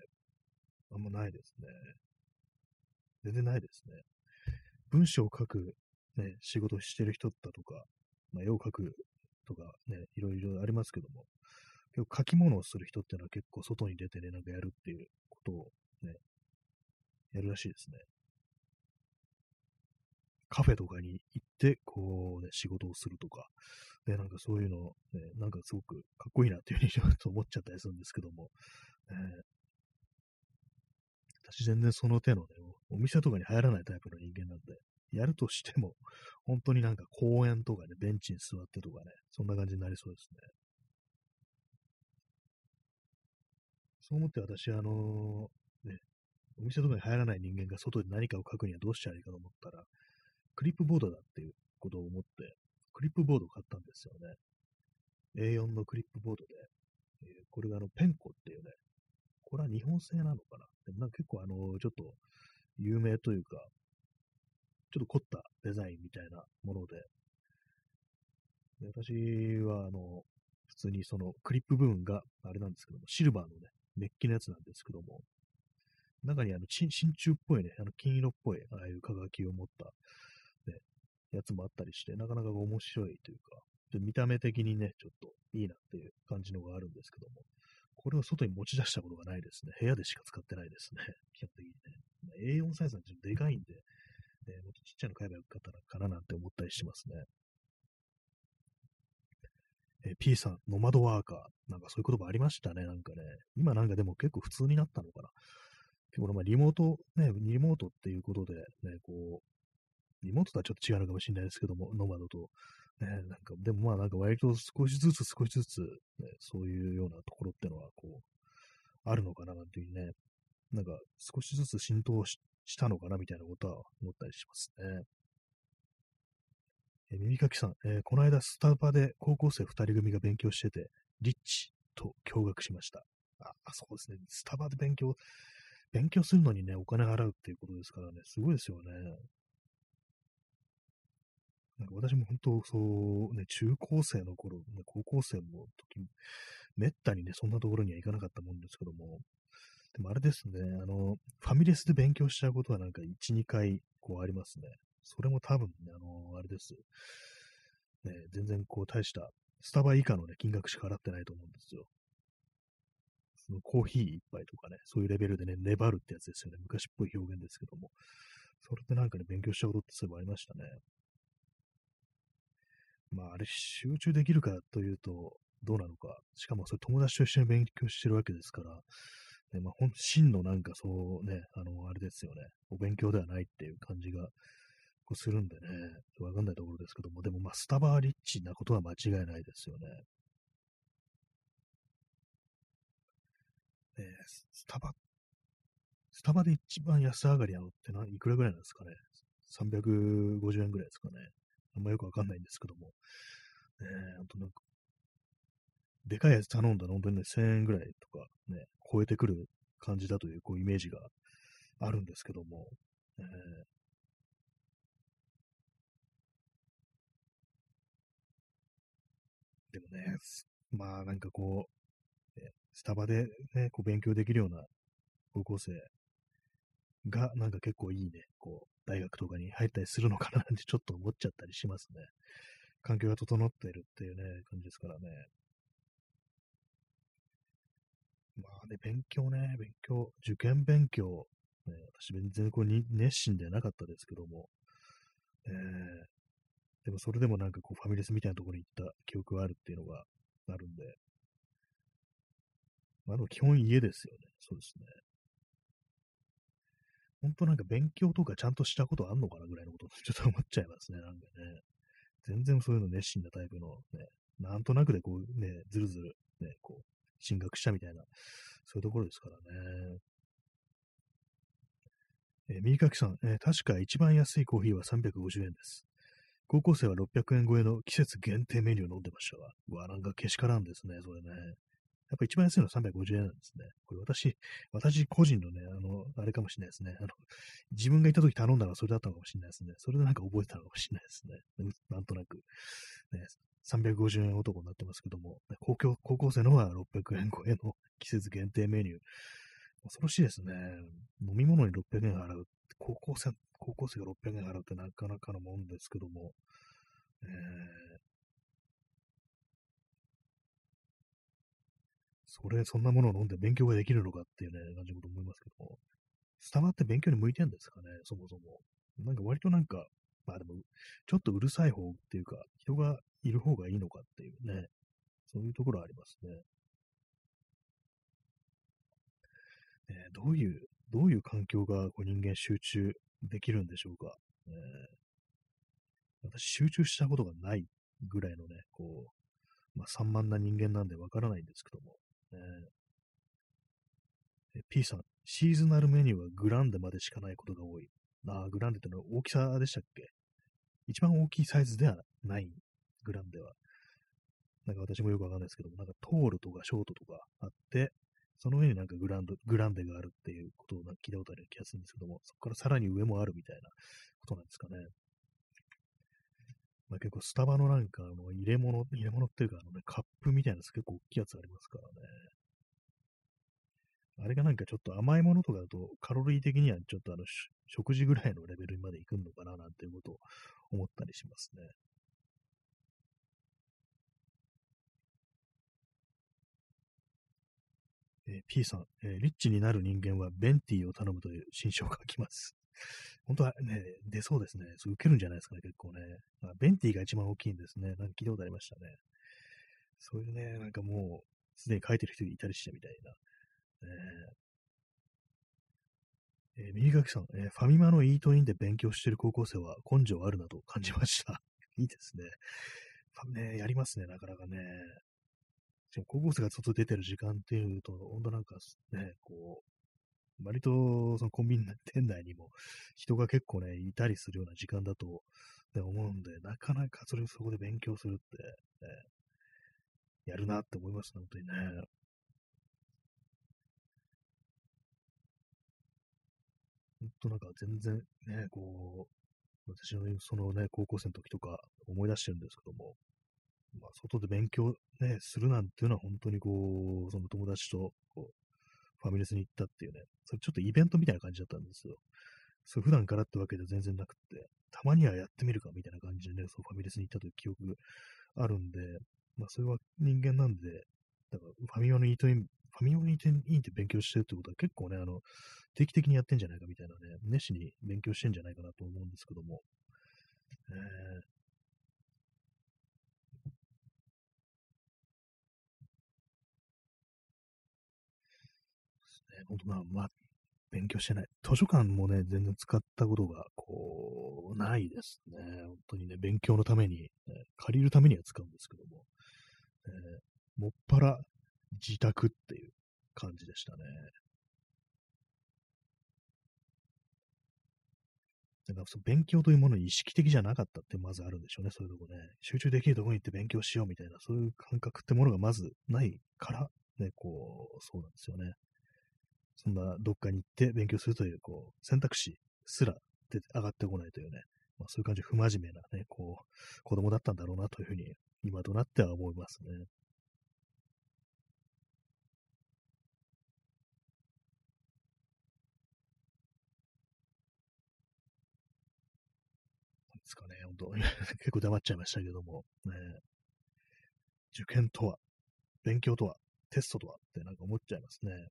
あんまないですね。全然ないですね。文章を書く、ね、仕事をしてる人だとか、まあ、絵を描くとかね、いろいろありますけども、結構書き物をする人っていうのは結構外に出てね、なんかやるっていうことをね、やるらしいですね。カフェとかに行って、こうね、仕事をするとか、で、なんかそういうの、ね、なんかすごくかっこいいなっていうふうにちょっと思っちゃったりするんですけども、私全然その手のね、お店とかに入らないタイプの人間なんで、 やるとしても、本当になんか公園とかね、ベンチに座ってとかね、そんな感じになりそうですね。そう思って私、ね、お店とかに入らない人間が外で何かを書くにはどうしたらいいかと思ったら、クリップボードだっていうことを思って、クリップボードを買ったんですよね。A4 のクリップボードで、これがペンコっていうね、これは日本製なのかな。でもなんか結構ちょっと有名というか、ちょっと凝ったデザインみたいなもので、で私は普通にそのクリップ部分があれなんですけども、シルバーのね、メッキのやつなんですけども、中に真鍮っぽいね、金色っぽい、ああいう輝きを持った、ね、やつもあったりして、なかなか面白いというか、で見た目的にね、ちょっといいなっていう感じのがあるんですけども、これを外に持ち出したことがないですね。部屋でしか使ってないですね。基本的にね。A4 サイズなんてでかいんで、もっとちっちゃいの買えばよかったのかななんて思ったりしますね。P さん、ノマドワーカー。なんかそういう言葉ありましたね。なんかね。今なんかでも結構普通になったのかな。結構リモート、ね、リモートっていうことで、ね、こう、リモートとはちょっと違うのかもしれないですけども、ノマドと。ね、なんか、でもまあなんか割と少しずつ、ね、そういうようなところってのは、こう、あるのかななんていうね、なんか少しずつ浸透したのかなみたいなことは思ったりしますね。耳かきさん、この間スタバで高校生2人組が勉強してて、リッチと驚愕しました。そうですね。スタバで勉強するのにね、お金払うっていうことですからね、すごいですよね。なんか私も本当、そうね、中高生の頃、ね、高校生の時、めったにね、そんなところには行かなかったもんですけども、でもあれですね、ファミレスで勉強しちゃうことはなんか1、2回こうありますね。それも多分ね、あれです。ね、全然こう大したスタバ以下のね、金額しか払ってないと思うんですよ。そのコーヒー一杯とかね、そういうレベルでね、粘るってやつですよね。昔っぽい表現ですけども。それでなんかね、勉強したことってそういえばありましたね。まあ、あれ、集中できるかというと、どうなのか。しかも、それ友達と一緒に勉強してるわけですから、ね、まあ、真のなんかそうね、あれですよね。お勉強ではないっていう感じがこうするんでね、わかんないところですけども、でもまあ、スタバはリッチなことは間違いないですよね。ねスタバで一番安上がりなのっていくらぐらいなんですかね。350円ぐらいですかね。あんまよくわかんないんですけども。あとなんか、でかいやつ頼んだら本当にね、1000円ぐらいとかね、超えてくる感じだという、こう、イメージがあるんですけども。えーでもね、まあなんかこう、スタバでね、こう勉強できるような高校生が、なんか結構いいね、こう、大学とかに入ったりするのかななんてちょっと思っちゃったりしますね。環境が整っているっていうね、感じですからね。まあね、受験勉強、ね、私全然こうに熱心ではなかったですけども、えーでもそれでもなんかこうファミレスみたいなところに行った記憶があるっていうのがあるんで、まあでも基本家ですよね。そうですね。本当なんか勉強とかちゃんとしたことあんのかなぐらいのことちょっと思っちゃいますね。なんかね。全然そういうの熱心なタイプのね、なんとなくでこうね、ずるずるね、こう、進学したみたいな、そういうところですからね。右かきさん、確か一番安いコーヒーは350円です。高校生は600円超えの季節限定メニューを飲んでましたが、うわ、なんかけしからんですね、それね。やっぱ一番安いのは350円なんですね。これ私個人のね、あれかもしれないですね。自分が行った時頼んだのはそれだったのかもしれないですね。それでなんか覚えてたのかもしれないですね。なんとなく。ね、350円男になってますけども、ね高校生の方は600円超えの季節限定メニュー。恐ろしいですね。飲み物に600円払う。高校生が600円払うってなかなかのもんですけども、えーそんなものを飲んで勉強ができるのかっていうね、感じのこと思いますけども、スタバって勉強に向いてんですかね、そもそも。なんか割となんか、まあでも、ちょっとうるさい方っていうか、人がいる方がいいのかっていうね、そういうところありますね。どういう環境がこう人間集中できるんでしょうか。 私集中したことがないぐらいのね、散漫な人間なんでわからないんですけども、P さん、シーズナルメニューはグランデまでしかないことが多い。グランデってのは大きさでしたっけ？一番大きいサイズではない、グランデは。なんか私もよくわかんないですけども、なんかトールとかショートとかあって、その上になんかグランデがあるっていうことを聞いたことある気がするんですけども、そこからさらに上もあるみたいなことなんですかね。結構スタバのなんか入れ物っていうかカップみたいなやつ結構大きいやつありますからね。あれがなんかちょっと甘いものとかだとカロリー的にはちょっと食事ぐらいのレベルにまで行くのかななんていうことを思ったりしますね。P さん、リッチになる人間はベンティーを頼むという新書を書きます。本当はね、出そうですね。受けるんじゃないですかね、結構ね。ベンティーが一番大きいんですね。なんか聞いたことありましたね。そういうね、なんかもう、すでに書いてる人いたりしてみたいな。右垣さん、ファミマのイートインで勉強している高校生は根性あるなと感じました。いいですね。やりますね、なかなかね。しかも高校生が外出てる時間っていうと、ほんとなんかね、割とそのコンビニ店内にも人が結構ね、いたりするような時間だと、ね、思うんで、なかなかそこで勉強するって、ね、やるなって思います、本当にね。本当なんか全然ね、私のそのね、高校生の時とか思い出してるんですけども、外で勉強ね、するなんていうのは本当にその友達とファミレスに行ったっていうね、それちょっとイベントみたいな感じだったんですよ。普段からってわけでは全然なくって、たまにはやってみるかみたいな感じでね、ファミレスに行ったという記憶あるんで、それは人間なんで、だからファミマのイートインって勉強してるってことは結構ね、定期的にやってんじゃないかみたいなね、熱心に勉強してんじゃないかなと思うんですけども、本当勉強してない。図書館もね、全然使ったことが、ないですね。本当にね、勉強のために、借りるためには使うんですけども、もっぱら自宅っていう感じでしたね。なんかその勉強というものに意識的じゃなかったってまずあるんでしょうね、そういうとこね。集中できるところに行って勉強しようみたいな、そういう感覚ってものがまずないから、ね、そうなんですよね。そんなどっかに行って勉強するという、選択肢すら上がってこないというね、そういう感じ、不真面目なね、子供だったんだろうなというふうに、今となっては思いますね。なんですかね、本当結構黙っちゃいましたけども、ね、受験とは、勉強とは、テストとはってなんか思っちゃいますね。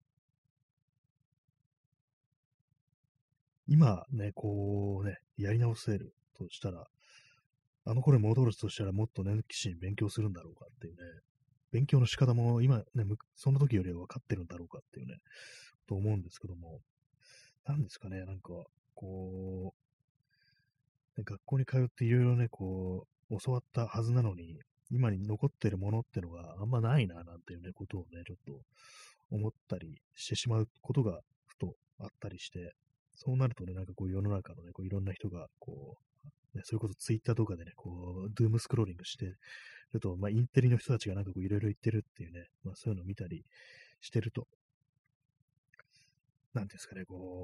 今ね、やり直せるとしたら、あの頃に戻るとしたらもっと熱心に勉強するんだろうかっていうね、勉強の仕方も今ね、その時よりは分かってるんだろうかっていうね、と思うんですけども、なんですかね、なんか、こ学校に通っていろいろね、教わったはずなのに、今に残ってるものってのがあんまないな、なんていうね、ことをね、ちょっと思ったりしてしまうことがふとあったりして、そうなるとね、なんか世の中のね、いろんな人が、ね、それこそツイッターとかでね、ドゥームスクローリングしてると、インテリの人たちがなんかいろいろ言ってるっていうね、そういうのを見たりしてると、なんていうんですかね、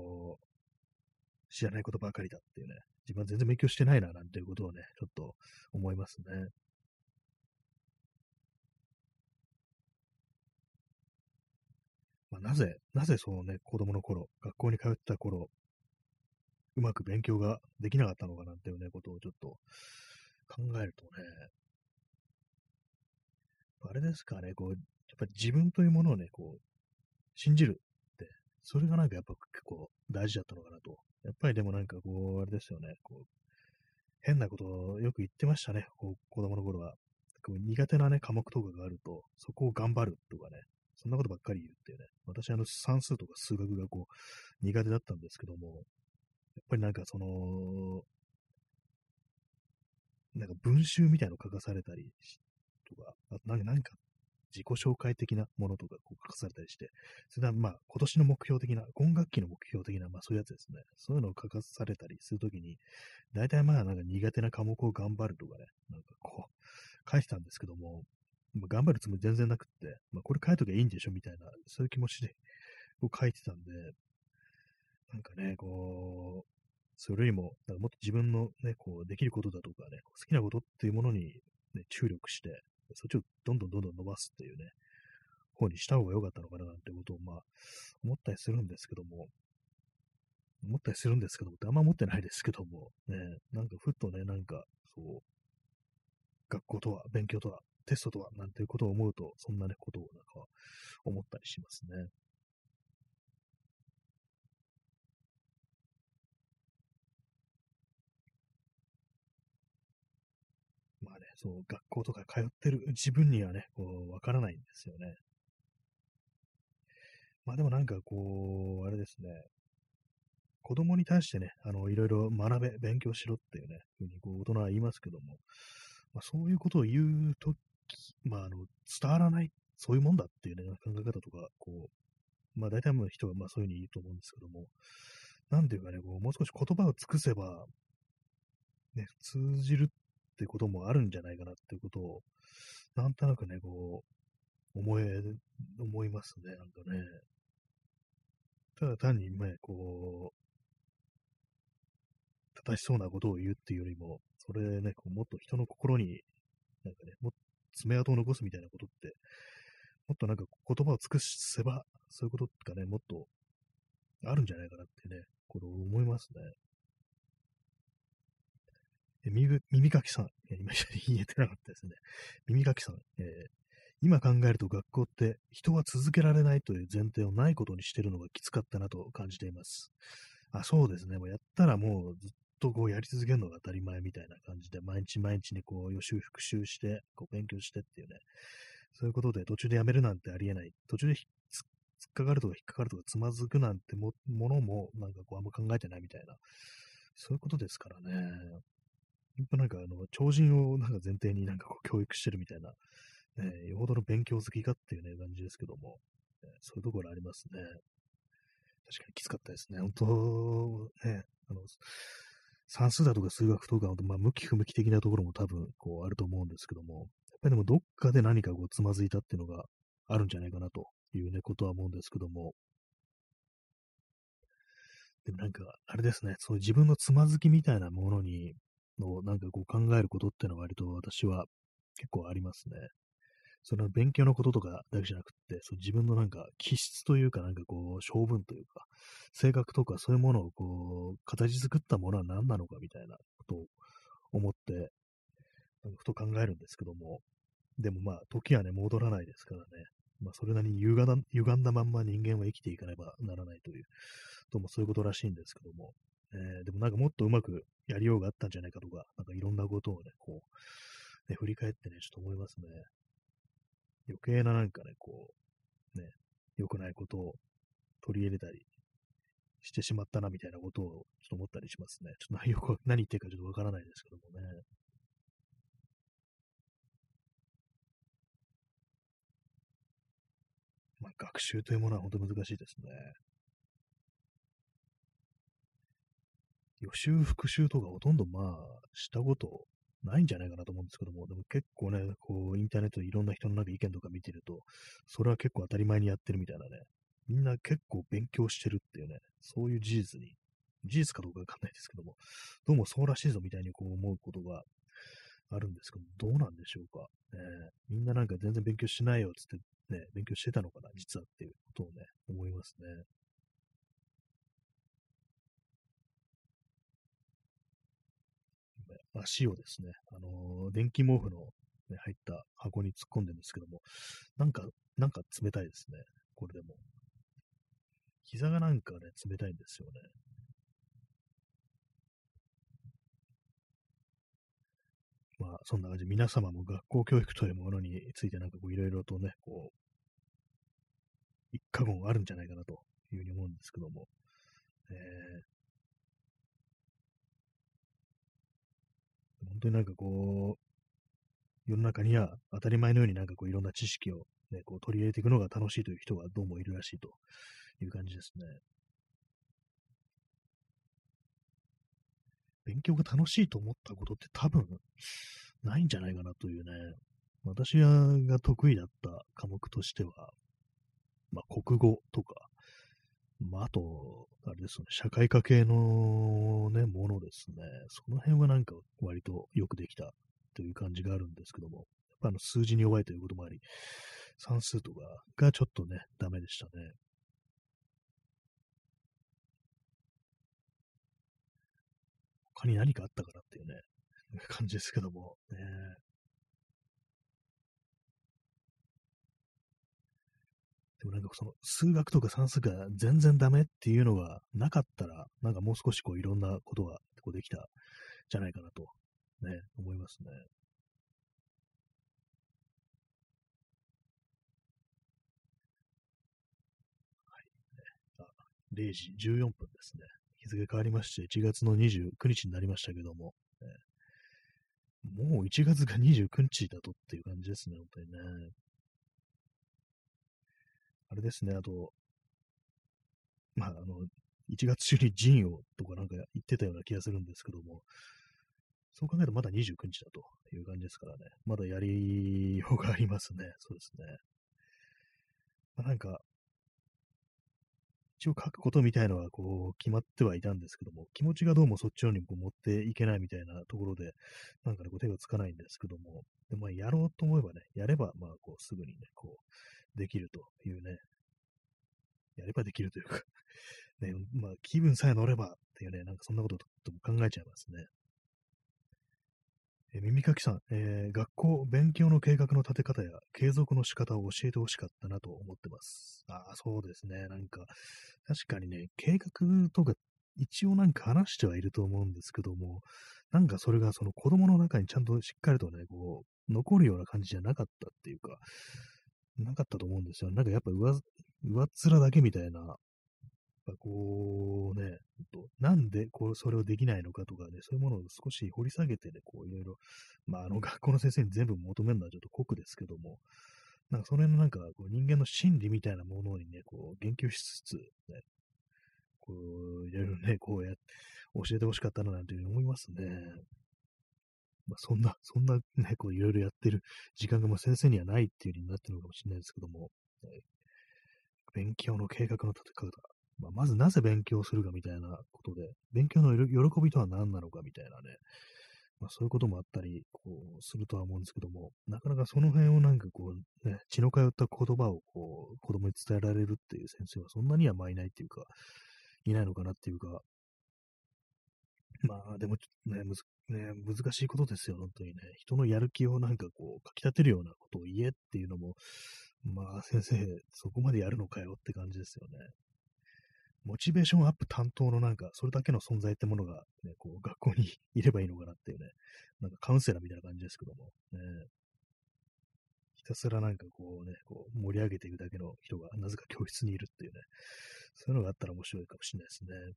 知らないことばかりだっていうね、自分は全然勉強してないな、なんていうことをね、ちょっと思いますね。なぜそのね、子供の頃、学校に通ってた頃、うまく勉強ができなかったのかなんていうね、ことをちょっと考えるとね、あれですかね、やっぱり自分というものをね、信じるって、それがなんかやっぱ結構大事だったのかなと。やっぱりでもなんかあれですよね、変なことをよく言ってましたね、子供の頃は。苦手なね、科目とかがあると、そこを頑張るとかね、そんなことばっかり言うっていうね。私、算数とか数学が苦手だったんですけども、やっぱりなんかなんか文集みたいなの書かされたりとか、あとなんか自己紹介的なものとかこう書かされたりして、それではまあ今年の目標的な、今学期の目標的な、まあそういうやつですね。そういうのを書かされたりするときに、大体まあなんか苦手な科目を頑張るとかね、なんかこう書いてたんですけども、まあ、頑張るつもり全然なくって、まあこれ書いときゃいいんでしょみたいな、そういう気持ちでこう書いてたんで、なんかね、こう、それよりも、なんかもっと自分のね、こう、できることだとかね、好きなことっていうものに、ね、注力して、そっちをどんどん伸ばすっていうね、方にした方が良かったのかななんてことを、まあ、思ったりするんですけども、あんま思ってないですけども、ね、なんかふっとね、なんか、そう、学校とは、勉強とは、テストとは、なんていうことを思うと、そんなね、ことをなんか思ったりしますね。まあね、そう、学校とか通ってる自分にはね、こう、わからないんですよね。まあでもなんかこう、あれですね、子供に対してね、いろいろ学べ、勉強しろっていうね、ふうにこう大人は言いますけども、まあ、そういうことを言うとき、まあ伝わらない、そういうもんだっていうね、考え方とか、こう、まあ大体の人がまあそういうふうに言うと思うんですけども、なんていうかね、こう、もう少し言葉を尽くせば、ね、通じるってこともあるんじゃないかなっていうことを、なんとなくね、こう、思いますね、なんかね。ただ単にね、こう、正しそうなことを言うっていうよりも、それね、こうもっと人の心に、なんかね、もっと爪痕を残すみたいなことって、もっとなんか言葉を尽くせば、そういうことがね、もっとあるんじゃないかなってね、ことを思いますね。耳かきさん、今言えてなかったですね。耳かきさん、今考えると学校って人は続けられないという前提をないことにしてるのがきつかったなと感じています。あ、そうですね。もうやったらもうずっとこうやり続けるのが当たり前みたいな感じで、毎日毎日にこう予習復習して、こう勉強してっていうね、そういうことで途中でやめるなんてありえない。途中で突っかかるとか引っかかるとかつまずくなんてものもなんかこうあんま考えてないみたいな、そういうことですからね。ほんとなんか超人をなんか前提になんかこう教育してるみたいな、よほどの勉強好きかっていうね、感じですけども、そういうところありますね。確かにきつかったですね。本当、ね、算数だとか数学とか、まあ、向き不向き的なところも多分、こう、あると思うんですけども、やっぱりでもどっかで何かこう、つまずいたっていうのがあるんじゃないかなというね、ことは思うんですけども、でもなんか、あれですね、そういう自分のつまずきみたいなものに、なんかこう考えることっていうのは割と私は結構ありますね。その勉強のこととかだけじゃなくって、そう自分のなんか気質というか、なんかこう、性分というか、性格とかそういうものをこう、形作ったものは何なのかみたいなことを思って、なんかふと考えるんですけども、でもまあ、時はね、戻らないですからね。まあ、それなりに歪んだまんま人間は生きていかねばならないという、どうもそういうことらしいんですけども、でもなんかもっとうまくやりようがあったんじゃないかとか、なんかいろんなことをね、こう、ね、振り返ってね、ちょっと思いますね。余計ななんかね、こう、ね、良くないことを取り入れたりしてしまったなみたいなことをちょっと思ったりしますね。ちょっとよく何言ってるかちょっとわからないですけどもね。まあ、学習というものは本当難しいですね。予習復習とかほとんどまあ、したことないんじゃないかなと思うんですけども、でも結構ね、こう、インターネットでいろんな人のなんか意見とか見てると、それは結構当たり前にやってるみたいなね、みんな結構勉強してるっていうね、そういう事実かどうかわかんないですけども、どうもそうらしいぞみたいにこう思うことがあるんですけど、どうなんでしょうか。みんななんか全然勉強しないよっつってね、勉強してたのかな、実はっていうことをね、思いますね。足をですね、電気毛布の、ね、入った箱に突っ込んでるんですけども、なんか、なんか冷たいですね。これでも。膝がなんかね、冷たいんですよね。まあ、そんな感じで皆様も学校教育というものについてなんかこういろいろとね、こう、一過言あるんじゃないかなというふうに思うんですけども、本当になんかこう、世の中には当たり前のようになんかこういろんな知識をね、こう取り入れていくのが楽しいという人がどうもいるらしいという感じですね。勉強が楽しいと思ったことって多分ないんじゃないかなというね。私が得意だった科目としては、まあ、国語とか、まあ、あと、あれですよね、社会科系のね、ものですね。その辺はなんか割とよくできたという感じがあるんですけども、やっぱ数字に弱いということもあり、算数とかがちょっとね、ダメでしたね。他に何かあったかなっていうね、感じですけども、ね。でもなんかその数学とか算数が全然ダメっていうのがなかったら、なんかもう少しこういろんなことがこうできたじゃないかなと、ね、思いますね。あ、0時14分ですね。日付変わりまして、1月の29日になりましたけども、もう1月が29日だとっていう感じですね、本当にね。あれですね、あと、まあ、1月中に陣をとかなんか言ってたような気がするんですけども、そう考えるとまだ29日だという感じですからね。まだやりようがありますね。そうですね。まあ、なんか、一応書くことみたいのはこう決まってはいたんですけども、気持ちがどうもそっちの方にこう持っていけないみたいなところで、なんかね、こう手がつかないんですけども、でまあ、やろうと思えばね、やれば、まあ、こうすぐにね、こう、できるというね、やればできるというかね、まあ、気分さえ乗ればっていうね、なんかそんなこととも考えちゃいますね。耳かきさん、学校、勉強の計画の立て方や継続の仕方を教えてほしかったなと思ってます。ああ、そうですね。なんか、確かにね、計画とか、一応なんか話してはいると思うんですけども、なんかそれがその子供の中にちゃんとしっかりとね、こう、残るような感じじゃなかったっていうか、なかったと思うんですよ。なんかやっぱ上っ面だけみたいなぱこうね、なんでこうそれをできないのかとかね、そういうものを少し掘り下げてね、こういろいろ、まあ学校の先生に全部求めるのはちょっと酷ですけども、なんかその辺のなんかこう人間の心理みたいなものにね、こう言及しつつ、ね、こういろいろね、こう教えてほしかったななんていうふうに思いますね。まあ、そんなね、こういろいろやってる時間がもう先生にはないっていう風になってるのかもしれないですけども、勉強の計画の立て方。まあ、まずなぜ勉強するかみたいなことで、勉強の喜びとは何なのかみたいなね、まあ、そういうこともあったり、こう、するとは思うんですけども、なかなかその辺をなんかこう、ね、血の通った言葉をこう、子供に伝えられるっていう先生はそんなにはまあいないっていうか、いないのかなっていうか、まあでもね、難しいことですよ、本当にね。人のやる気をなんかこう、かき立てるようなことを言えっていうのも、まあ先生、そこまでやるのかよって感じですよね。モチベーションアップ担当のなんか、それだけの存在ってものが、ね、こう、学校にいればいいのかなっていうね、なんかカウンセラーみたいな感じですけども、ね、ひたすらなんかこうね、こう盛り上げていくだけの人がなぜか教室にいるっていうね、そういうのがあったら面白いかもしれないですね。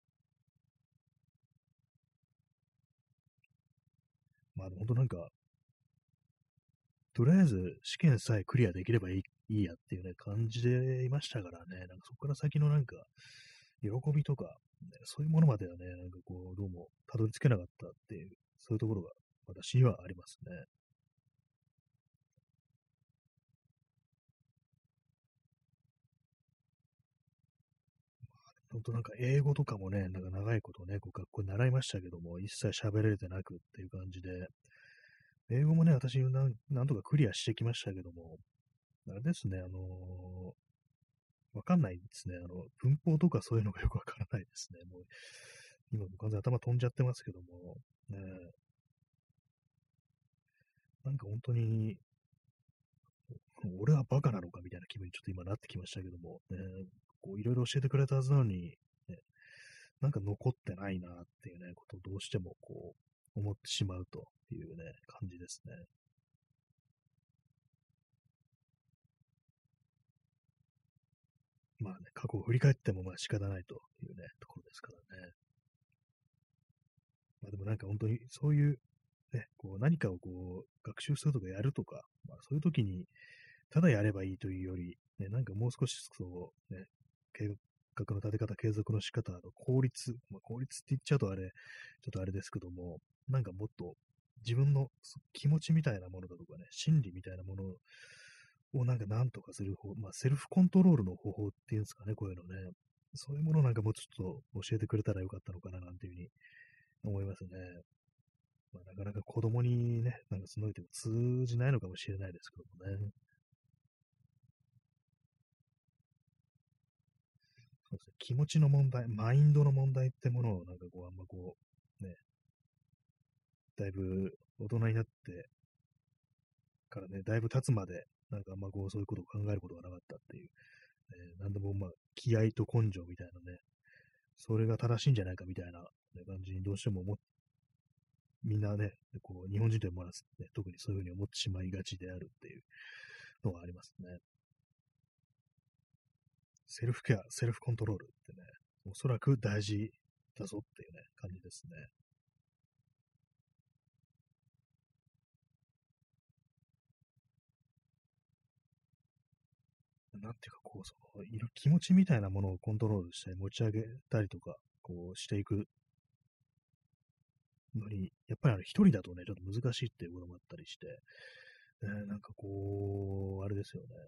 まあ、本当なんか、とりあえず試験さえクリアできればいいやっていうね、感じでいましたからね、なんかそこから先のなんか、喜びとか、ね、そういうものまではね、なんかこう、どうもたどり着けなかったっていう、そういうところが私にはありますね。ほんとなんか英語とかもね、なんか長いことね、こう学校で習いましたけども、一切喋れてなくっていう感じで、英語もね、私なんとかクリアしてきましたけども、あれですね、わかんないですね。文法とかそういうのがよくわからないですね。もう、今もう完全に頭飛んじゃってますけども、ね、なんか本当に、俺はバカなのかみたいな気分にちょっと今なってきましたけども、ね、こういろいろ教えてくれたはずなのに、ね、なんか残ってないなっていうね、ことをどうしてもこう思ってしまうというね、感じですね。まあね、過去を振り返ってもまあ仕方ないというね、ところですからね。まあでもなんか本当にそういうね、こう何かをこう学習するとかやるとか、まあ、そういう時にただやればいいというより、ね、なんかもう少しそう、ね、計画の立て方、継続の仕方、効率、まあ、効率って言っちゃうとあれ、ちょっとあれですけども、なんかもっと自分の気持ちみたいなものだとかね、心理みたいなものをなんかなんとかする方、まあ、セルフコントロールの方法っていうんですかね、こういうのね。そういうものをなんかもうちょっと教えてくれたらよかったのかななんていうふうに思いますね。まあ、なかなか子供にね、なんかその言っても通じないのかもしれないですけどもね。そうですね、気持ちの問題、マインドの問題ってものをなんかこう、あんまこう、ね、だいぶ大人になってからね、だいぶ経つまで、なんかあんまこう、そういうことを考えることがなかったっていう、なんでもまあ、気合と根性みたいなね、それが正しいんじゃないかみたいな、ね、感じにどうしてもみんなね、こう、日本人というものは、ね、特にそういうふうに思ってしまいがちであるっていうのがありますね。セルフケア、セルフコントロールってね、おそらく大事だぞっていうね、感じですね。なんていうか、こう、気持ちみたいなものをコントロールして持ち上げたりとか、こうしていくのに、やっぱり一人だとね、ちょっと難しいっていうこともあったりして、なんかこう、あれですよね。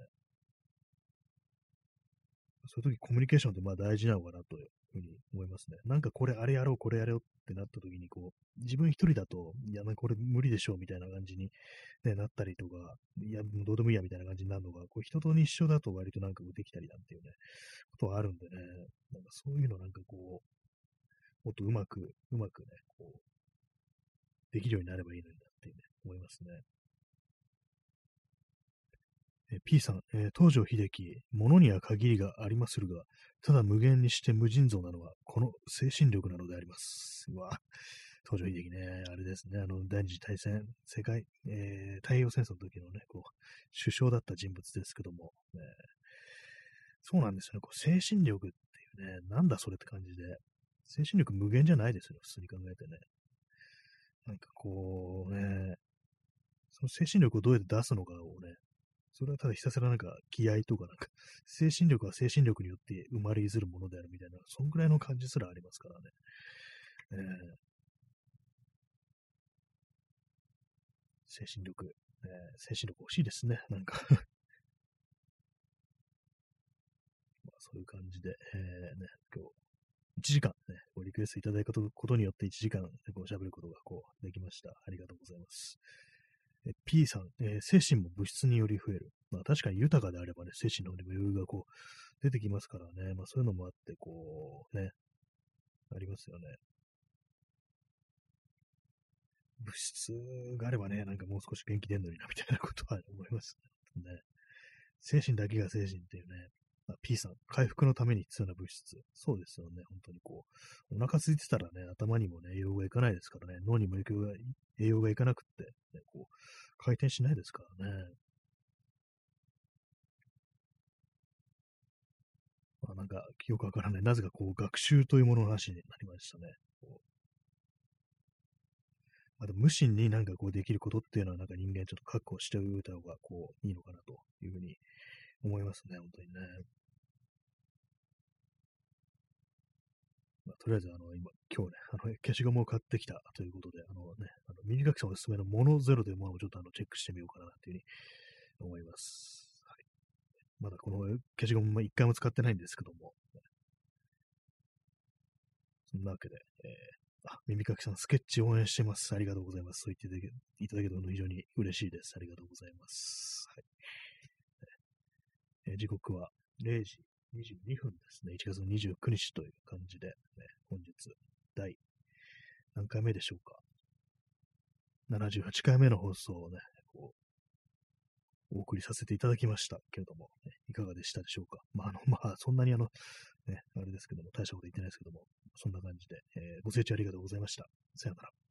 そういう時コミュニケーションってまあ大事なのかなというふうに思いますね。なんかこれあれやろう、これやろうってなった時に、こう、自分一人だと、いや、なんかこれ無理でしょうみたいな感じに、ね、なったりとか、いや、もうどうでもいいやみたいな感じになるのが、こう人と一緒だと割となんかできたりなんていうね、ことはあるんでね、なんかそういうのなんかこう、もっとうまくね、こう、できるようになればいいのになっていうね、思いますね。P さん、東条英機、物には限りがありまするが、ただ無限にして無尽蔵なのは、この精神力なのであります。うわ、東条英機ね、あれですね、第二次大戦、太平洋戦争の時のね、こう、首相だった人物ですけども、そうなんですよね、こう精神力っていうね、なんだそれって感じで、精神力無限じゃないですよ、普通に考えてね。なんかこうね、その精神力をどうやって出すのかをね、それはただひたすらなんか気合とかなんか、精神力は精神力によって生まれ譲るものであるみたいな、そんぐらいの感じすらありますからね。えー精神力、精神力欲しいですね。なんかまあ、そういう感じで、今日1時間ね、ごリクエストいただいたことによって1時間、こう喋ることがこうできました。ありがとうございます。P さん、精神も物質により増える。まあ確かに豊かであればね、精神の余裕がこう出てきますからね。まあそういうのもあって、こうね、ありますよね。物質があればね、なんかもう少し元気出んのにな、みたいなことは思いますね。精神だけが精神っていうね。P さん、回復のために必要な物質。そうですよね。本当にこう、お腹空いてたらね、頭にもね、栄養がいかないですからね、脳にも栄養がいかなくって、ね、こう、回転しないですからね。まあ、なんか、よくわからない。なぜかこう、学習というものの話になりましたね。まあ、でも無心になんかこうできることっていうのはなんか人間ちょっと確保しておいた方がこういいのかなというふうに思いますね、本当にね。まあ、とりあえず今日ね、消しゴムを買ってきたということで、耳かきさんおすすめのモノゼロというものをちょっとチェックしてみようかなというふうに思います。はい、まだこの消しゴム一回も使ってないんですけども、そんなわけで、耳かきさん、スケッチ応援してます。ありがとうございます。そう言っていただけるの非常に嬉しいです。ありがとうございます。はい。時刻は0時22分ですね。1月の29日という感じで、本日、第何回目でしょうか。78回目の放送をね、こう、お送りさせていただきましたけれども、いかがでしたでしょうか。まあ、そんなにあれですけども、大したこと言ってないですけども、そんな感じで、ご清聴ありがとうございました。さよなら。